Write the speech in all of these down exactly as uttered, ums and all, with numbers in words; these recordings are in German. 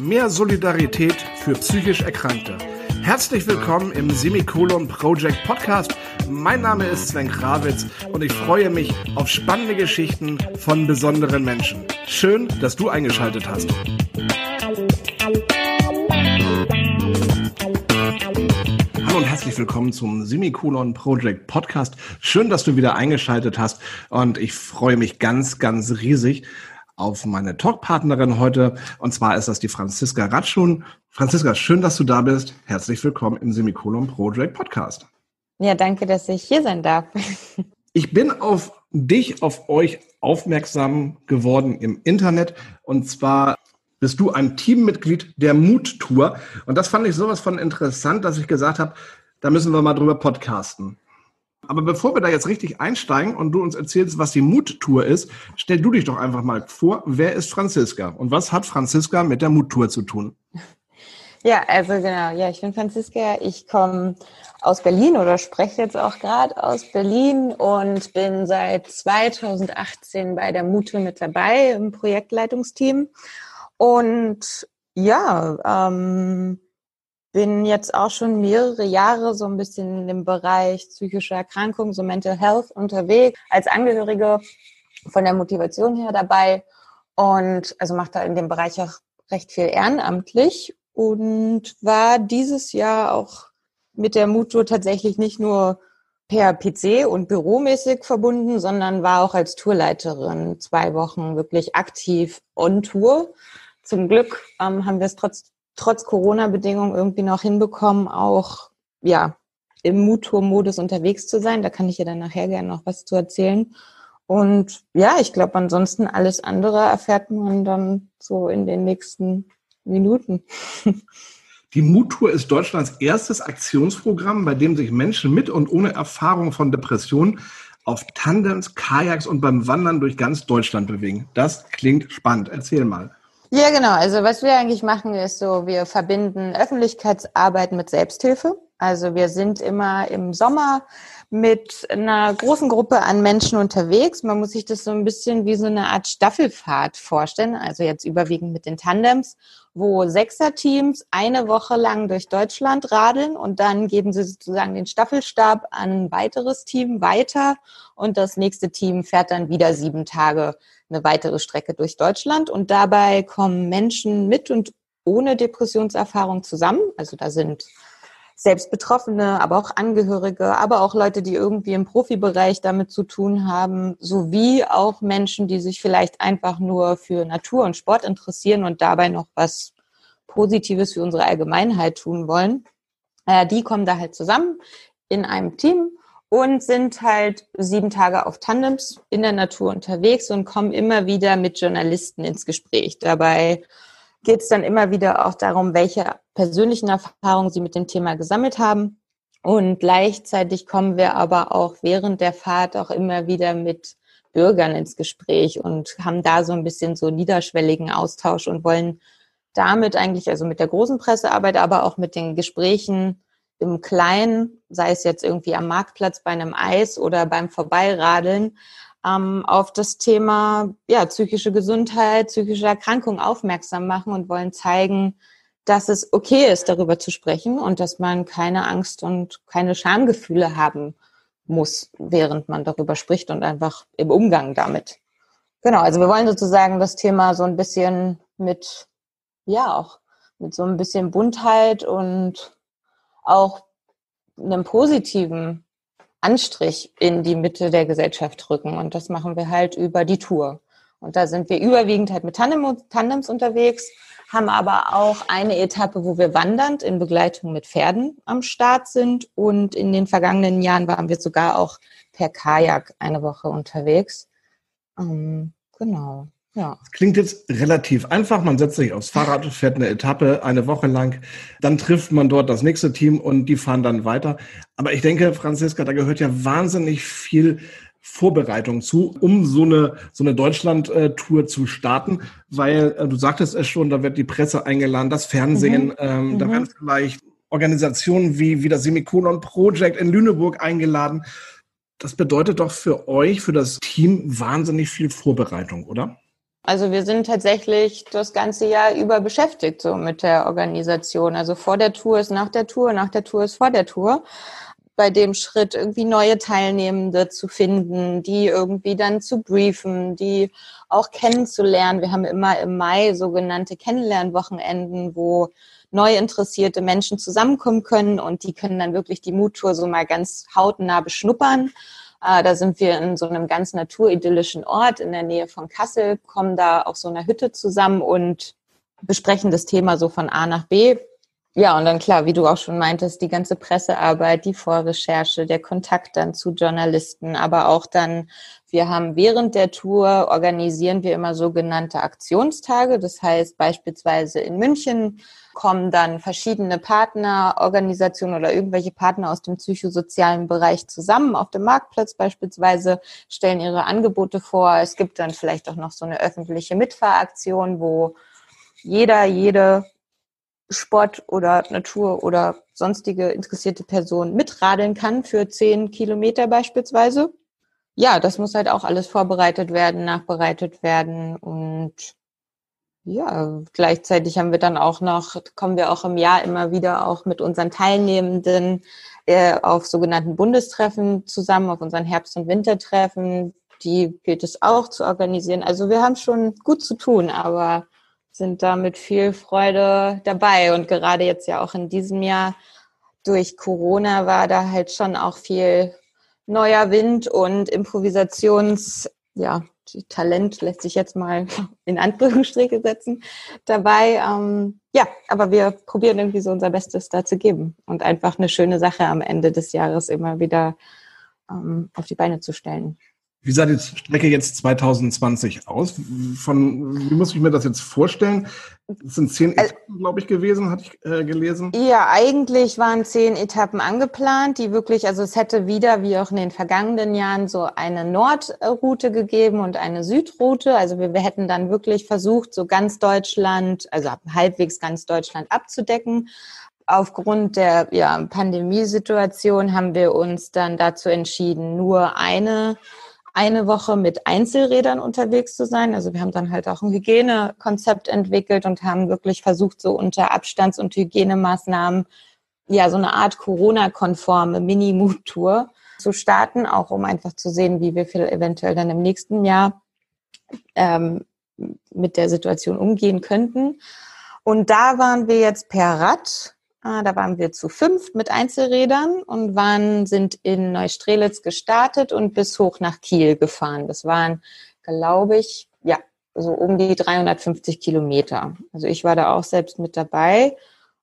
Mehr Solidarität für psychisch Erkrankte. Herzlich willkommen im Semikolon Project Podcast. Mein Name ist Sven Krawitz und ich freue mich auf spannende Geschichten von besonderen Menschen. Schön, dass du eingeschaltet hast. Hallo und herzlich willkommen zum Semikolon Project Podcast. Schön, dass du wieder eingeschaltet hast und ich freue mich ganz, ganz riesig auf meine Talkpartnerin heute, und zwar ist das die Franziska Ratschun. Franziska, schön, dass du da bist. Herzlich willkommen im Semikolon Project Podcast. Ja, danke, dass ich hier sein darf. Ich bin auf dich, auf euch aufmerksam geworden im Internet, und zwar bist du ein Teammitglied der Mut-Tour, und das fand ich sowas von interessant, dass ich gesagt habe, da müssen wir mal drüber podcasten. Aber bevor wir da jetzt richtig einsteigen und du uns erzählst, was die Mut-Tour ist, stell du dich doch einfach mal vor, wer ist Franziska und was hat Franziska mit der Mut-Tour zu tun? Ja, also genau, ja, ich bin Franziska, ich komme aus Berlin oder spreche jetzt auch gerade aus Berlin und bin seit zweitausendachtzehn bei der Mut-Tour mit dabei im Projektleitungsteam und ja, ähm, bin jetzt auch schon mehrere Jahre so ein bisschen in dem Bereich psychische Erkrankungen, so Mental Health unterwegs, als Angehörige von der Motivation her dabei und also mache da in dem Bereich auch recht viel ehrenamtlich und war dieses Jahr auch mit der Mut-Tour tatsächlich nicht nur per P C und büromäßig verbunden, sondern war auch als Tourleiterin zwei Wochen wirklich aktiv on Tour. Zum Glück ähm, haben wir es trotz trotz Corona-Bedingungen irgendwie noch hinbekommen, auch ja im Mut-Tour-Modus unterwegs zu sein. Da kann ich ja dann nachher gerne noch was zu erzählen. Und ja, ich glaube, ansonsten alles andere erfährt man dann so in den nächsten Minuten. Die Mut-Tour ist Deutschlands erstes Aktionsprogramm, bei dem sich Menschen mit und ohne Erfahrung von Depressionen auf Tandems, Kajaks und beim Wandern durch ganz Deutschland bewegen. Das klingt spannend. Erzähl mal. Ja, genau. Also was wir eigentlich machen, ist so, wir verbinden Öffentlichkeitsarbeit mit Selbsthilfe. Also wir sind immer im Sommer mit einer großen Gruppe an Menschen unterwegs. Man muss sich das so ein bisschen wie so eine Art Staffelfahrt vorstellen. Also jetzt überwiegend mit den Tandems, wo Sechserteams eine Woche lang durch Deutschland radeln und dann geben sie sozusagen den Staffelstab an ein weiteres Team weiter und das nächste Team fährt dann wieder sieben Tage eine weitere Strecke durch Deutschland und dabei kommen Menschen mit und ohne Depressionserfahrung zusammen. Also da sind selbst Betroffene, aber auch Angehörige, aber auch Leute, die irgendwie im Profibereich damit zu tun haben, sowie auch Menschen, die sich vielleicht einfach nur für Natur und Sport interessieren und dabei noch was Positives für unsere Allgemeinheit tun wollen. Äh, die kommen da halt zusammen in einem Team und sind halt sieben Tage auf Tandems in der Natur unterwegs und kommen immer wieder mit Journalisten ins Gespräch. Dabei geht es dann immer wieder auch darum, welche persönlichen Erfahrungen sie mit dem Thema gesammelt haben. Und gleichzeitig kommen wir aber auch während der Fahrt auch immer wieder mit Bürgern ins Gespräch und haben da so ein bisschen so niederschwelligen Austausch und wollen damit eigentlich, also mit der großen Pressearbeit, aber auch mit den Gesprächen im Kleinen, sei es jetzt irgendwie am Marktplatz bei einem Eis oder beim Vorbeiradeln, ähm, auf das Thema ja, psychische Gesundheit, psychische Erkrankung aufmerksam machen und wollen zeigen, dass es okay ist, darüber zu sprechen und dass man keine Angst und keine Schamgefühle haben muss, während man darüber spricht und einfach im Umgang damit. Genau, also wir wollen sozusagen das Thema so ein bisschen mit, ja, auch mit so ein bisschen Buntheit und auch einem positiven Anstrich in die Mitte der Gesellschaft rücken. Und das machen wir halt über die Tour. Und da sind wir überwiegend halt mit Tandem, Tandems unterwegs, haben aber auch eine Etappe, wo wir wandernd in Begleitung mit Pferden am Start sind. Und in den vergangenen Jahren waren wir sogar auch per Kajak eine Woche unterwegs. Ähm, genau. Ja. Das klingt jetzt relativ einfach. Man setzt sich aufs Fahrrad, fährt eine Etappe eine Woche lang, dann trifft man dort das nächste Team und die fahren dann weiter. Aber ich denke, Franziska, da gehört ja wahnsinnig viel Vorbereitung zu, um so eine so eine Deutschland-Tour zu starten, weil äh, du sagtest es schon, da wird die Presse eingeladen, das Fernsehen, mhm. ähm, mhm. da werden vielleicht Organisationen wie, wie das Semikolon Project in Lüneburg eingeladen. Das bedeutet doch für euch, für das Team, wahnsinnig viel Vorbereitung, oder? Also wir sind tatsächlich das ganze Jahr über beschäftigt so mit der Organisation. Also vor der Tour ist nach der Tour, nach der Tour ist vor der Tour. Bei dem Schritt irgendwie neue Teilnehmende zu finden, die irgendwie dann zu briefen, die auch kennenzulernen. Wir haben immer im Mai sogenannte Kennenlernwochenenden, wo neu interessierte Menschen zusammenkommen können und die können dann wirklich die Mood-Tour so mal ganz hautnah beschnuppern. Da sind wir in so einem ganz naturidyllischen Ort in der Nähe von Kassel, kommen da auf so einer Hütte zusammen und besprechen das Thema so von A nach B. Ja, und dann klar, wie du auch schon meintest, die ganze Pressearbeit, die Vorrecherche, der Kontakt dann zu Journalisten, aber auch dann, wir haben während der Tour, organisieren wir immer sogenannte Aktionstage. Das heißt beispielsweise in München kommen dann verschiedene Partnerorganisationen oder irgendwelche Partner aus dem psychosozialen Bereich zusammen auf dem Marktplatz beispielsweise, stellen ihre Angebote vor. Es gibt dann vielleicht auch noch so eine öffentliche Mitfahraktion, wo jeder, jede Sport oder Natur oder sonstige interessierte Person mitradeln kann für zehn Kilometer beispielsweise. Ja, das muss halt auch alles vorbereitet werden, nachbereitet werden und ja, gleichzeitig haben wir dann auch noch, kommen wir auch im Jahr immer wieder auch mit unseren Teilnehmenden äh, auf sogenannten Bundestreffen zusammen, auf unseren Herbst- und Wintertreffen. Die gilt es auch zu organisieren. Also wir haben schon gut zu tun, aber sind da mit viel Freude dabei. Und gerade jetzt ja auch in diesem Jahr durch Corona war da halt schon auch viel neuer Wind und Improvisations, ja, Talent lässt sich jetzt mal in Anführungsstriche setzen dabei. Ähm, ja, aber wir probieren irgendwie so unser Bestes da zu geben und einfach eine schöne Sache am Ende des Jahres immer wieder ähm, auf die Beine zu stellen. Wie sah die Strecke jetzt zwanzig zwanzig aus? Von, wie muss ich mir das jetzt vorstellen? Es sind zehn Etappen, glaube ich, gewesen, hatte ich äh, gelesen. Ja, eigentlich waren zehn Etappen angeplant, die wirklich, also es hätte wieder, wie auch in den vergangenen Jahren, so eine Nordroute gegeben und eine Südroute. Also wir, wir hätten dann wirklich versucht, so ganz Deutschland, also halbwegs ganz Deutschland abzudecken. Aufgrund der ja, Pandemiesituation haben wir uns dann dazu entschieden, nur eine eine Woche mit Einzelrädern unterwegs zu sein. Also wir haben dann halt auch ein Hygienekonzept entwickelt und haben wirklich versucht, so unter Abstands- und Hygienemaßnahmen ja so eine Art Corona-konforme Mini-Mood-Tour zu starten, auch um einfach zu sehen, wie wir eventuell dann im nächsten Jahr ähm, mit der Situation umgehen könnten. Und da waren wir jetzt per Rad. Da waren wir zu fünft mit Einzelrädern und waren, sind in Neustrelitz gestartet und bis hoch nach Kiel gefahren. Das waren, glaube ich, ja, so um die dreihundertfünfzig Kilometer. Also ich war da auch selbst mit dabei.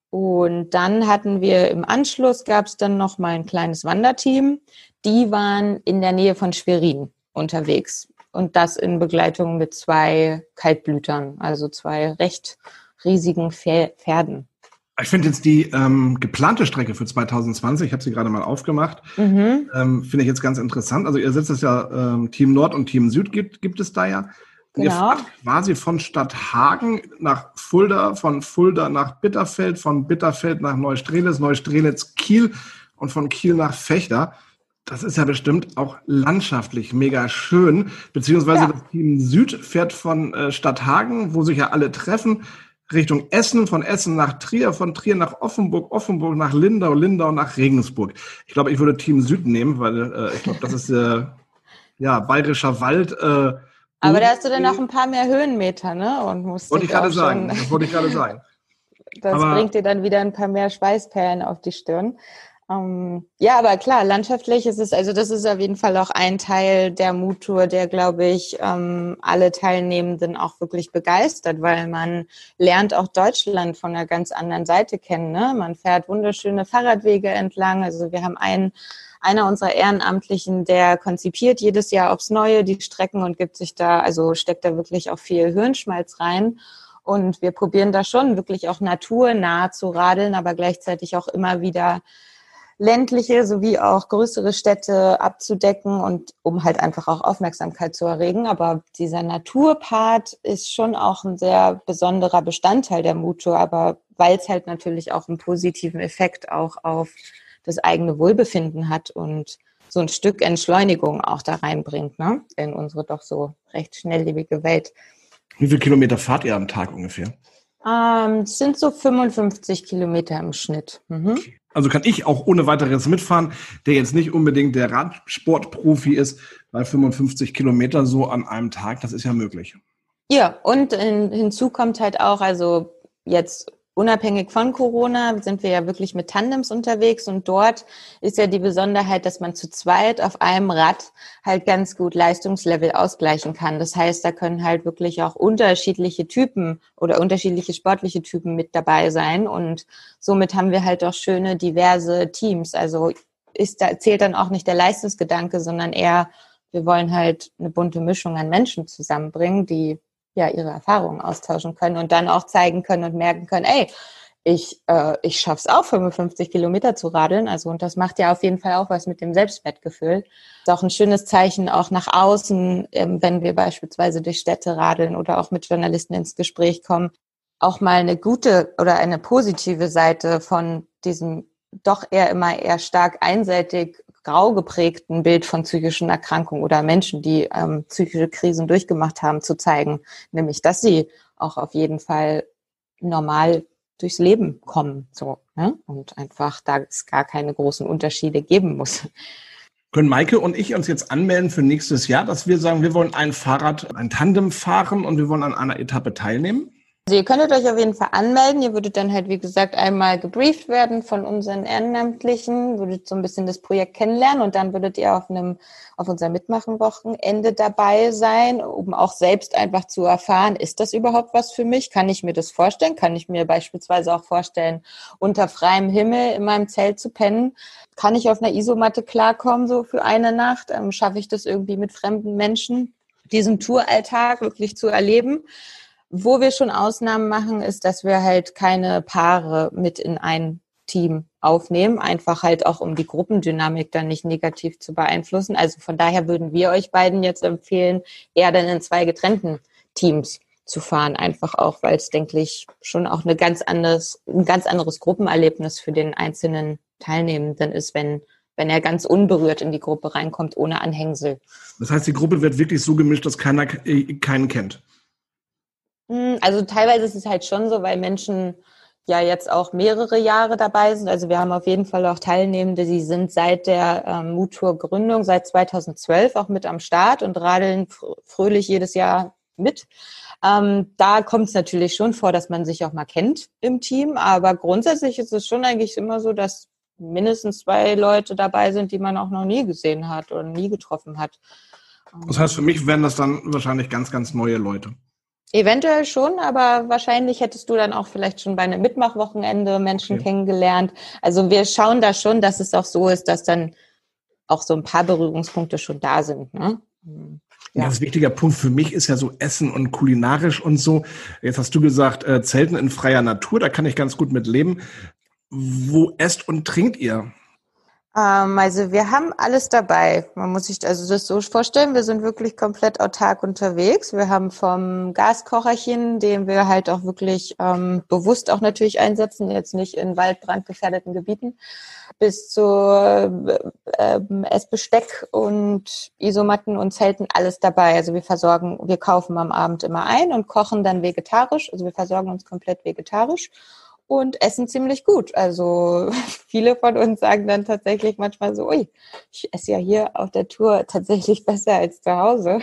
Und dann hatten wir im Anschluss, gab es dann noch mal ein kleines Wanderteam. Die waren in der Nähe von Schwerin unterwegs. Und das in Begleitung mit zwei Kaltblütern, also zwei recht riesigen Pferden. Ich finde jetzt die ähm, geplante Strecke für zwanzig zwanzig, ich habe sie gerade mal aufgemacht, mhm. ähm, finde ich jetzt ganz interessant. Also ihr setzt es ja, ähm, Team Nord und Team Süd gibt, gibt es da ja. Und genau. Ihr fahrt quasi von Stadthagen nach Fulda, von Fulda nach Bitterfeld, von Bitterfeld nach Neustrelitz, Neustrelitz, Kiel und von Kiel nach Vechta. Das ist ja bestimmt auch landschaftlich mega schön. Beziehungsweise ja. Das Team Süd fährt von äh, Stadthagen, wo sich ja alle treffen, Richtung Essen, von Essen nach Trier, von Trier nach Offenburg, Offenburg nach Lindau, Lindau nach Regensburg. Ich glaube, ich würde Team Süd nehmen, weil äh, ich glaube, das ist äh, ja bayerischer Wald. Äh, Aber da hast du dann noch ein paar mehr Höhenmeter, ne? Und musst wollte ich gerade sagen. Das wollte ich gerade sagen. Das aber bringt dir dann wieder ein paar mehr Schweißperlen auf die Stirn. Um, ja, aber klar, landschaftlich ist es, also das ist auf jeden Fall auch ein Teil der Mood-Tour, der, glaube ich, um, alle Teilnehmenden auch wirklich begeistert, weil man lernt auch Deutschland von einer ganz anderen Seite kennen, ne? Man fährt wunderschöne Fahrradwege entlang. Also wir haben einen, einer unserer Ehrenamtlichen, der konzipiert jedes Jahr aufs Neue die Strecken und gibt sich da, also steckt da wirklich auch viel Hirnschmalz rein. Und wir probieren da schon wirklich auch naturnah zu radeln, aber gleichzeitig auch immer wieder ländliche sowie auch größere Städte abzudecken und um halt einfach auch Aufmerksamkeit zu erregen. Aber dieser Naturpart ist schon auch ein sehr besonderer Bestandteil der Mood-Tour, aber weil es halt natürlich auch einen positiven Effekt auch auf das eigene Wohlbefinden hat und so ein Stück Entschleunigung auch da reinbringt, ne, in unsere doch so recht schnelllebige Welt. Wie viele Kilometer fahrt ihr am Tag ungefähr? Ähm, es sind so fünfundfünfzig Kilometer im Schnitt. Mhm. Okay. Also kann ich auch ohne weiteres mitfahren, der jetzt nicht unbedingt der Radsportprofi ist, weil fünfundfünfzig Kilometer so an einem Tag, das ist ja möglich. Ja, und in, hinzu kommt halt auch, also jetzt unabhängig von Corona sind wir ja wirklich mit Tandems unterwegs und dort ist ja die Besonderheit, dass man zu zweit auf einem Rad halt ganz gut Leistungslevel ausgleichen kann. Das heißt, da können halt wirklich auch unterschiedliche Typen oder unterschiedliche sportliche Typen mit dabei sein und somit haben wir halt auch schöne, diverse Teams. Also ist da zählt dann auch nicht der Leistungsgedanke, sondern eher, wir wollen halt eine bunte Mischung an Menschen zusammenbringen, die ja ihre Erfahrungen austauschen können und dann auch zeigen können und merken können, ey, ich, äh, ich schaff's auch, fünfundfünfzig Kilometer zu radeln. Also und das macht ja auf jeden Fall auch was mit dem Selbstwertgefühl. Ist auch ein schönes Zeichen auch nach außen, ähm, wenn wir beispielsweise durch Städte radeln oder auch mit Journalisten ins Gespräch kommen, auch mal eine gute oder eine positive Seite von diesem doch eher immer eher stark einseitig grau geprägten Bild von psychischen Erkrankungen oder Menschen, die ähm, psychische Krisen durchgemacht haben, zu zeigen. Nämlich, dass sie auch auf jeden Fall normal durchs Leben kommen. So, ne? Und einfach, da es gar keine großen Unterschiede geben muss. Können Maike und ich uns jetzt anmelden für nächstes Jahr, dass wir sagen, wir wollen ein Fahrrad, ein Tandem fahren und wir wollen an einer Etappe teilnehmen? Also ihr könntet euch auf jeden Fall anmelden. Ihr würdet dann halt, wie gesagt, einmal gebrieft werden von unseren Ehrenamtlichen, würdet so ein bisschen das Projekt kennenlernen und dann würdet ihr auf einem, auf unserem Mitmachenwochenende dabei sein, um auch selbst einfach zu erfahren, ist das überhaupt was für mich? Kann ich mir das vorstellen? Kann ich mir beispielsweise auch vorstellen, unter freiem Himmel in meinem Zelt zu pennen? Kann ich auf einer Isomatte klarkommen, so für eine Nacht? Ähm, schaffe ich das irgendwie mit fremden Menschen, diesen Touralltag wirklich zu erleben? Wo wir schon Ausnahmen machen, ist, dass wir halt keine Paare mit in ein Team aufnehmen, einfach halt auch, um die Gruppendynamik dann nicht negativ zu beeinflussen. Also von daher würden wir euch beiden jetzt empfehlen, eher dann in zwei getrennten Teams zu fahren, einfach auch, weil es, denke ich, schon auch eine ganz anderes, ein ganz anderes Gruppenerlebnis für den einzelnen Teilnehmenden ist, wenn wenn er ganz unberührt in die Gruppe reinkommt, ohne Anhängsel. Das heißt, die Gruppe wird wirklich so gemischt, dass keiner äh, keinen kennt. Also teilweise ist es halt schon so, weil Menschen ja jetzt auch mehrere Jahre dabei sind. Also wir haben auf jeden Fall auch Teilnehmende, die sind seit der ähm, Mutur-Gründung, seit zweitausendzwölf auch mit am Start und radeln fr- fröhlich jedes Jahr mit. Ähm, da kommt es natürlich schon vor, dass man sich auch mal kennt im Team, aber grundsätzlich ist es schon eigentlich immer so, dass mindestens zwei Leute dabei sind, die man auch noch nie gesehen hat oder nie getroffen hat. Das heißt, für mich wären das dann wahrscheinlich ganz, ganz neue Leute. Eventuell schon, aber wahrscheinlich hättest du dann auch vielleicht schon bei einem Mitmachwochenende Menschen okay. kennengelernt. Also wir schauen da schon, dass es auch so ist, dass dann auch so ein paar Berührungspunkte schon da sind. Ne? Ja. Ein ganz wichtiger Punkt für mich ist ja so Essen und kulinarisch und so. Jetzt hast du gesagt, äh, Zelten in freier Natur, da kann ich ganz gut mit leben. Wo esst und trinkt ihr? Ähm, also wir haben alles dabei. Man muss sich also das so vorstellen, wir sind wirklich komplett autark unterwegs. Wir haben vom Gaskocherchen, den wir halt auch wirklich ähm, bewusst auch natürlich einsetzen, jetzt nicht in waldbrandgefährdeten Gebieten, bis zu äh, Essbesteck und Isomatten und Zelten, alles dabei. Also wir versorgen, wir kaufen am Abend immer ein und kochen dann vegetarisch. Also wir versorgen uns komplett vegetarisch. Und essen ziemlich gut. Also viele von uns sagen dann tatsächlich manchmal so, ui, ich esse ja hier auf der Tour tatsächlich besser als zu Hause.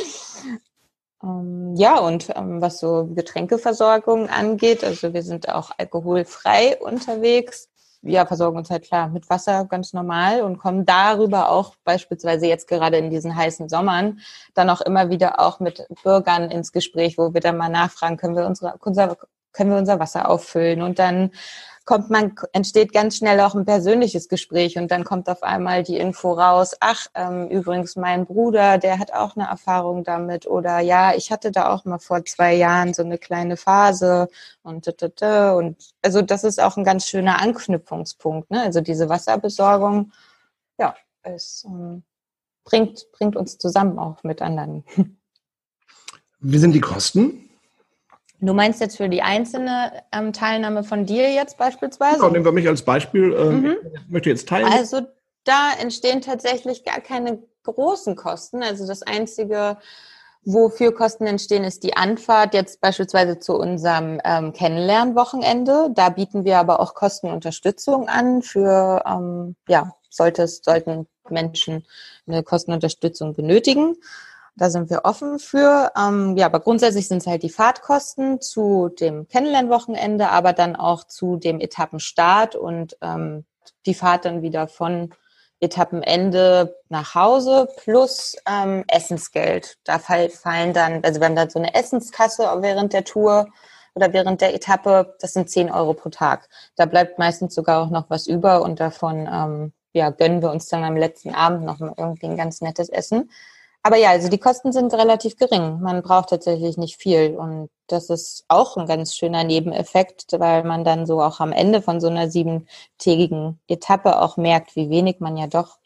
ähm, ja, und ähm, was so Getränkeversorgung angeht, also wir sind auch alkoholfrei unterwegs. Wir versorgen uns halt klar mit Wasser ganz normal und kommen darüber auch beispielsweise jetzt gerade in diesen heißen Sommern dann auch immer wieder auch mit Bürgern ins Gespräch, wo wir dann mal nachfragen, können wir unsere, unser können wir unser Wasser auffüllen und dann kommt man, entsteht ganz schnell auch ein persönliches Gespräch und dann kommt auf einmal die Info raus, ach, ähm, übrigens mein Bruder, der hat auch eine Erfahrung damit oder ja, ich hatte da auch mal vor zwei Jahren so eine kleine Phase und tütütü. Und also das ist auch ein ganz schöner Anknüpfungspunkt, ne? Also diese Wasserbesorgung, ja, es ähm, bringt, bringt uns zusammen auch mit anderen. Wie sind die Kosten? Du meinst jetzt für die einzelne ähm, Teilnahme von dir jetzt beispielsweise? Genau, nehmen wir mich als Beispiel. Ähm, mhm. Ich möchte jetzt teilnehmen. Also da entstehen tatsächlich gar keine großen Kosten. Also das Einzige, Wofür Kosten entstehen, ist die Anfahrt jetzt beispielsweise zu unserem ähm, Kennenlernwochenende. Da bieten wir aber auch Kostenunterstützung an für, ähm, ja, sollte es, sollten Menschen eine Kostenunterstützung benötigen. Da sind wir offen für. Ähm, ja, aber grundsätzlich sind es halt die Fahrtkosten zu dem Kennenlernwochenende, aber dann auch zu dem Etappenstart und ähm, die Fahrt dann wieder von Etappenende nach Hause plus ähm, Essensgeld. Da fall, fallen dann, also wir haben dann so eine Essenskasse während der Tour oder während der Etappe. Das sind zehn Euro pro Tag. Da bleibt meistens sogar auch noch was über und davon ähm, ja, gönnen wir uns dann am letzten Abend noch mal irgendwie ein ganz nettes Essen. Aber ja, also die Kosten sind relativ gering. Man braucht tatsächlich nicht viel. Und das ist auch ein ganz schöner Nebeneffekt, weil man dann so auch am Ende von so einer siebentägigen Etappe auch merkt, wie wenig man ja doch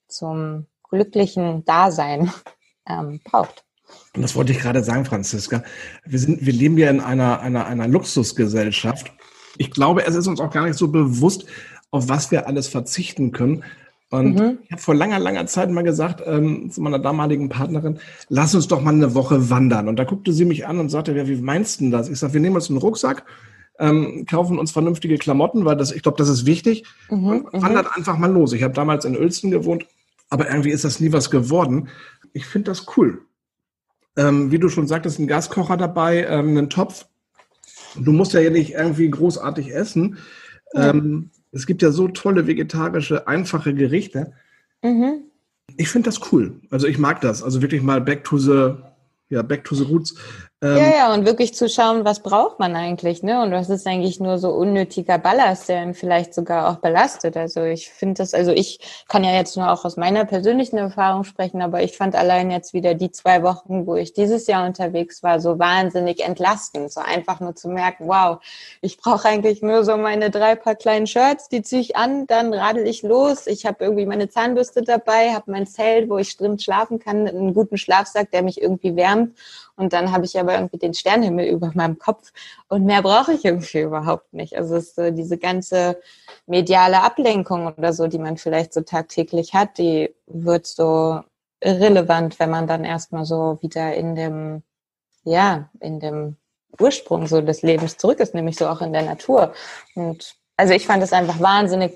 zum glücklichen Dasein ähm, braucht. Und das wollte ich gerade sagen, Franziska. Wir sind, wir leben ja in einer, einer, einer Luxusgesellschaft. Ich glaube, es ist uns auch gar nicht so bewusst, auf was wir alles verzichten können. Und mhm. ich habe vor langer, langer Zeit mal gesagt ähm, zu meiner damaligen Partnerin, lass uns doch mal eine Woche wandern. Und da guckte sie mich an und sagte, ja, wie meinst du das? Ich sage, wir nehmen uns einen Rucksack, ähm, kaufen uns vernünftige Klamotten, weil das, ich glaube, das ist wichtig, mhm. und wandert mhm. einfach mal los. Ich habe damals in Uelzen gewohnt, aber irgendwie ist das nie was geworden. Ich finde das cool. Ähm, wie du schon sagtest, ein Gaskocher dabei, ähm, einen Topf. Du musst ja nicht irgendwie großartig essen. Ja. Ähm, Es gibt ja so tolle vegetarische, einfache Gerichte. Mhm. Ich finde das cool. Also ich mag das. Also wirklich mal back to the, ja, back to the roots. Ähm, ja, ja, und wirklich zu schauen, was braucht man eigentlich, ne? Und was ist eigentlich nur so unnötiger Ballast, der ihn vielleicht sogar auch belastet. Also ich finde das, also ich kann ja jetzt nur auch aus meiner persönlichen Erfahrung sprechen, aber ich fand allein jetzt wieder die zwei Wochen, wo ich dieses Jahr unterwegs war, so wahnsinnig entlastend. So einfach nur zu merken, wow, ich brauche eigentlich nur so meine drei paar kleinen Shirts, die ziehe ich an, dann radel ich los. Ich habe irgendwie meine Zahnbürste dabei, habe mein Zelt, wo ich drin schlafen kann, einen guten Schlafsack, der mich irgendwie wärmt. Und dann habe ich aber irgendwie den Sternenhimmel über meinem Kopf und mehr brauche ich irgendwie überhaupt nicht. Also es ist so diese ganze mediale Ablenkung oder so, die man vielleicht so tagtäglich hat, die wird so irrelevant, wenn man dann erstmal so wieder in dem, ja, in dem Ursprung so des Lebens zurück ist, nämlich so auch in der Natur. Und also ich fand es einfach wahnsinnig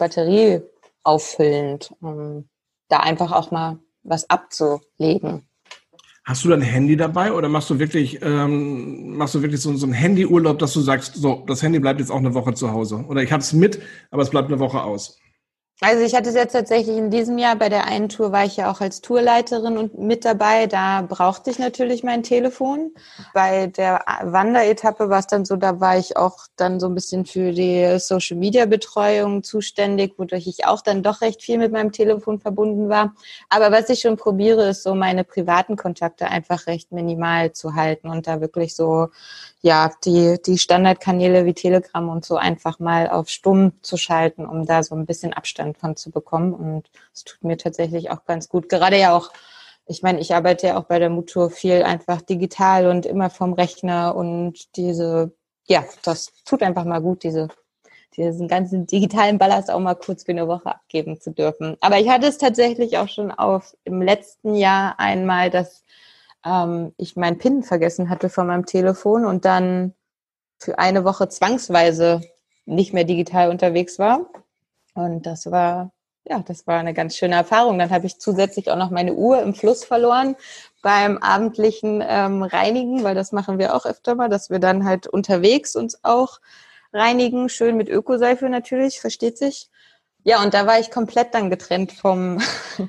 batterieauffüllend, um da einfach auch mal was abzulegen. Hast du dein Handy dabei oder machst du wirklich, ähm, machst du wirklich so, so einen Handyurlaub, dass du sagst, so, das Handy bleibt jetzt auch eine Woche zu Hause? Oder ich habe es mit, aber es bleibt eine Woche aus? Also ich hatte es jetzt tatsächlich in diesem Jahr, bei der einen Tour war ich ja auch als Tourleiterin und mit dabei, da brauchte ich natürlich mein Telefon. Bei der Wanderetappe war es dann so, da war ich auch dann so ein bisschen für die Social-Media-Betreuung zuständig, wodurch ich auch dann doch recht viel mit meinem Telefon verbunden war. Aber was ich schon probiere, ist so meine privaten Kontakte einfach recht minimal zu halten und da wirklich so, ja, die, die Standardkanäle wie Telegram und so einfach mal auf stumm zu schalten, um da so ein bisschen Abstand von zu bekommen. Und es tut mir tatsächlich auch ganz gut. Gerade ja auch, ich meine, ich arbeite ja auch bei der Mutur viel einfach digital und immer vom Rechner und diese, ja, das tut einfach mal gut, diese, diesen ganzen digitalen Ballast auch mal kurz für eine Woche abgeben zu dürfen. Aber ich hatte es tatsächlich auch schon auf im letzten Jahr einmal, dass ähm, ich meinen PIN vergessen hatte von meinem Telefon und dann für eine Woche zwangsweise nicht mehr digital unterwegs war. Und das war, ja, das war eine ganz schöne Erfahrung. Dann habe ich zusätzlich auch noch meine Uhr im Fluss verloren beim abendlichen ähm, Reinigen, weil das machen wir auch öfter mal, dass wir dann halt unterwegs uns auch reinigen, schön mit Ökoseife natürlich, versteht sich. Ja, und da war ich komplett dann getrennt vom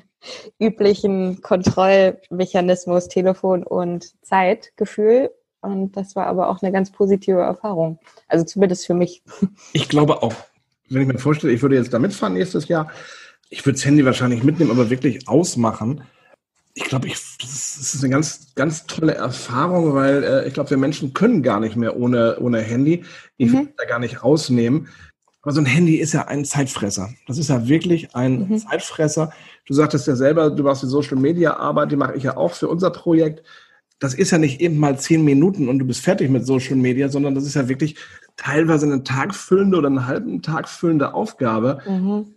üblichen Kontrollmechanismus, Telefon und Zeitgefühl. Und das war aber auch eine ganz positive Erfahrung. Also zumindest für mich. Ich glaube auch. Wenn ich mir vorstelle, ich würde jetzt da mitfahren nächstes Jahr, ich würde das Handy wahrscheinlich mitnehmen, aber wirklich ausmachen. Ich glaube, ich, das ist eine ganz, ganz tolle Erfahrung, weil äh, ich glaube, wir Menschen können gar nicht mehr ohne, ohne Handy. Ich mhm. will da gar nicht rausnehmen. Aber so ein Handy ist ja ein Zeitfresser. Das ist ja wirklich ein mhm. Zeitfresser. Du sagtest ja selber, du machst die Social-Media-Arbeit, die mache ich ja auch für unser Projekt. Das ist ja nicht eben mal zehn Minuten und du bist fertig mit Social Media, sondern das ist ja wirklich teilweise eine tagfüllende oder einen halben Tag füllende Aufgabe. Mhm.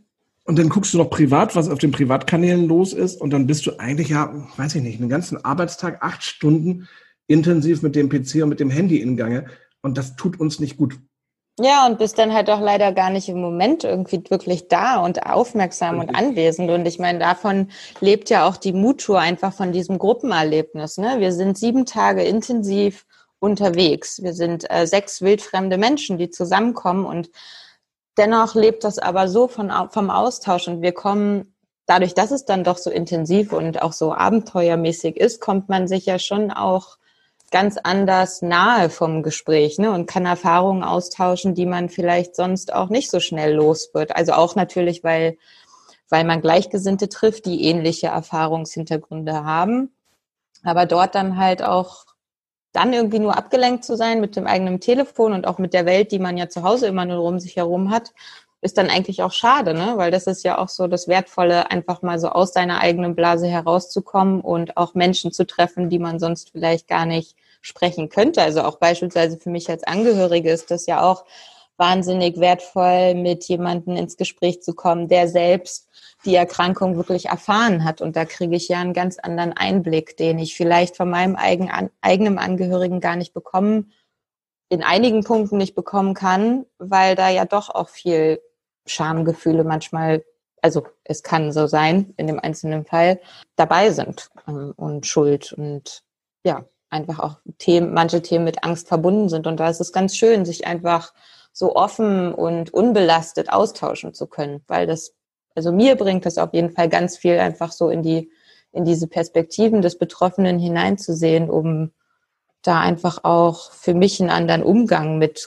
Und dann guckst du noch privat, was auf den Privatkanälen los ist. Und dann bist du eigentlich ja, weiß ich nicht, einen ganzen Arbeitstag, acht Stunden intensiv mit dem P C und mit dem Handy in Gange. Und das tut uns nicht gut. Ja, und bist dann halt auch leider gar nicht im Moment irgendwie wirklich da und aufmerksam und anwesend. Und ich meine, davon lebt ja auch die Mut-Tour, einfach von diesem Gruppenerlebnis. Ne? Wir sind sieben Tage intensiv unterwegs. Wir sind äh, sechs wildfremde Menschen, die zusammenkommen, und dennoch lebt das aber so von, vom Austausch, und wir kommen, dadurch, dass es dann doch so intensiv und auch so abenteuermäßig ist, kommt man sich ja schon auch ganz anders nahe vom Gespräch, ne, und kann Erfahrungen austauschen, die man vielleicht sonst auch nicht so schnell los wird. Also auch natürlich, weil, weil man Gleichgesinnte trifft, die ähnliche Erfahrungshintergründe haben, aber dort dann halt auch dann irgendwie nur abgelenkt zu sein mit dem eigenen Telefon und auch mit der Welt, die man ja zu Hause immer nur um sich herum hat, ist dann eigentlich auch schade, ne? Weil das ist ja auch so das Wertvolle, einfach mal so aus seiner eigenen Blase herauszukommen und auch Menschen zu treffen, die man sonst vielleicht gar nicht sprechen könnte. Also auch beispielsweise für mich als Angehörige ist das ja auch wahnsinnig wertvoll, mit jemandem ins Gespräch zu kommen, der selbst die Erkrankung wirklich erfahren hat. Und da kriege ich ja einen ganz anderen Einblick, den ich vielleicht von meinem eigen, an, eigenen Angehörigen gar nicht bekommen, in einigen Punkten nicht bekommen kann, weil da ja doch auch viel Schamgefühle manchmal, also es kann so sein, in dem einzelnen Fall, dabei sind, ähm, und Schuld und ja, einfach auch Themen, manche Themen mit Angst verbunden sind. Und da ist es ganz schön, sich einfach so offen und unbelastet austauschen zu können, weil das, also mir bringt das auf jeden Fall ganz viel einfach so in die, in diese Perspektiven des Betroffenen hineinzusehen, um da einfach auch für mich einen anderen Umgang mit,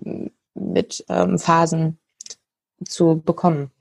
mit ähm, Phasen zu bekommen.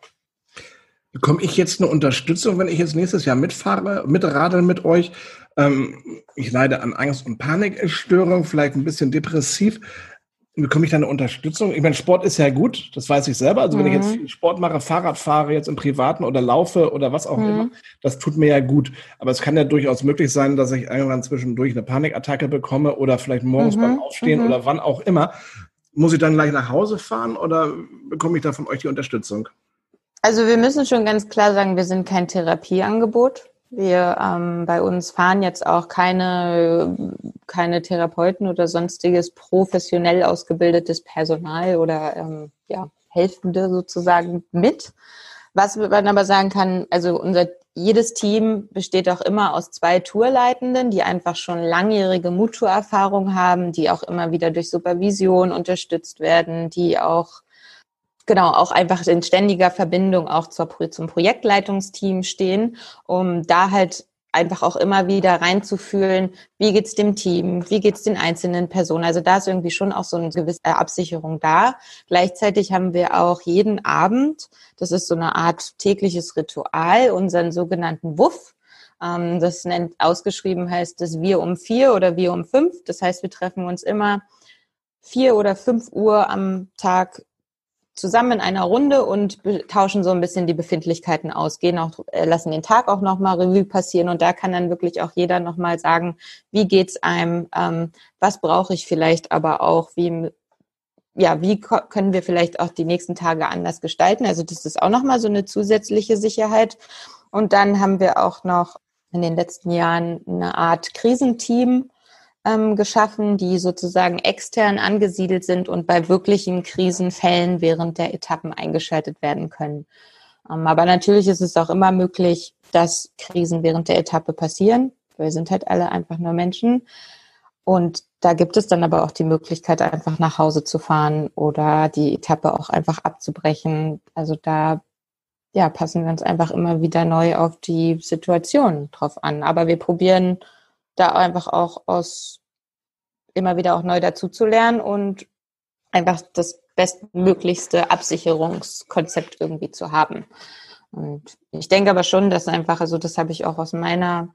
Bekomme ich jetzt eine Unterstützung, wenn ich jetzt nächstes Jahr mitfahre, mitradel mit euch? Ähm, ich leide an Angst- und Panikstörung, vielleicht ein bisschen depressiv. Bekomme ich da eine Unterstützung? Ich meine, Sport ist ja gut, das weiß ich selber. Also mhm. wenn ich jetzt viel Sport mache, Fahrrad fahre, jetzt im Privaten oder laufe oder was auch mhm. immer, das tut mir ja gut. Aber es kann ja durchaus möglich sein, dass ich irgendwann zwischendurch eine Panikattacke bekomme oder vielleicht morgens mhm. beim Aufstehen mhm. oder wann auch immer. Muss ich dann gleich nach Hause fahren oder bekomme ich da von euch die Unterstützung? Also wir müssen schon ganz klar sagen, wir sind kein Therapieangebot. Wir ähm, bei uns fahren jetzt auch keine, keine Therapeuten oder sonstiges professionell ausgebildetes Personal oder ähm, ja, Helfende sozusagen mit. Was man aber sagen kann, also unser jedes Team besteht auch immer aus zwei Tourleitenden, die einfach schon langjährige Mut-Tour-Erfahrung haben, die auch immer wieder durch Supervision unterstützt werden, die auch Genau, auch einfach in ständiger Verbindung auch zur, zum Projektleitungsteam stehen, um da halt einfach auch immer wieder reinzufühlen, wie geht's dem Team, wie geht's den einzelnen Personen. Also da ist irgendwie schon auch so eine gewisse Absicherung da. Gleichzeitig haben wir auch jeden Abend, das ist so eine Art tägliches Ritual, unseren sogenannten Wuff. Das nennt, ausgeschrieben heißt das Wir um vier oder Wir um fünf. Das heißt, wir treffen uns immer vier oder fünf Uhr am Tag zusammen in einer Runde und tauschen so ein bisschen die Befindlichkeiten aus, gehen auch, äh, lassen den Tag auch nochmal Revue passieren, und da kann dann wirklich auch jeder nochmal sagen, wie geht's einem, ähm, was brauche ich vielleicht aber auch, wie, ja, wie ko- können wir vielleicht auch die nächsten Tage anders gestalten, also das ist auch nochmal so eine zusätzliche Sicherheit. Und dann haben wir auch noch in den letzten Jahren eine Art Krisenteam geschaffen, die sozusagen extern angesiedelt sind und bei wirklichen Krisenfällen während der Etappen eingeschaltet werden können. Aber natürlich ist es auch immer möglich, dass Krisen während der Etappe passieren. Wir sind halt alle einfach nur Menschen. Und da gibt es dann aber auch die Möglichkeit, einfach nach Hause zu fahren oder die Etappe auch einfach abzubrechen. Also da ja, passen wir uns einfach immer wieder neu auf die Situation drauf an. Aber wir probieren da einfach auch aus immer wieder auch neu dazu zu lernen und einfach das bestmöglichste Absicherungskonzept irgendwie zu haben. Und ich denke aber schon, dass einfach, also das habe ich auch aus meiner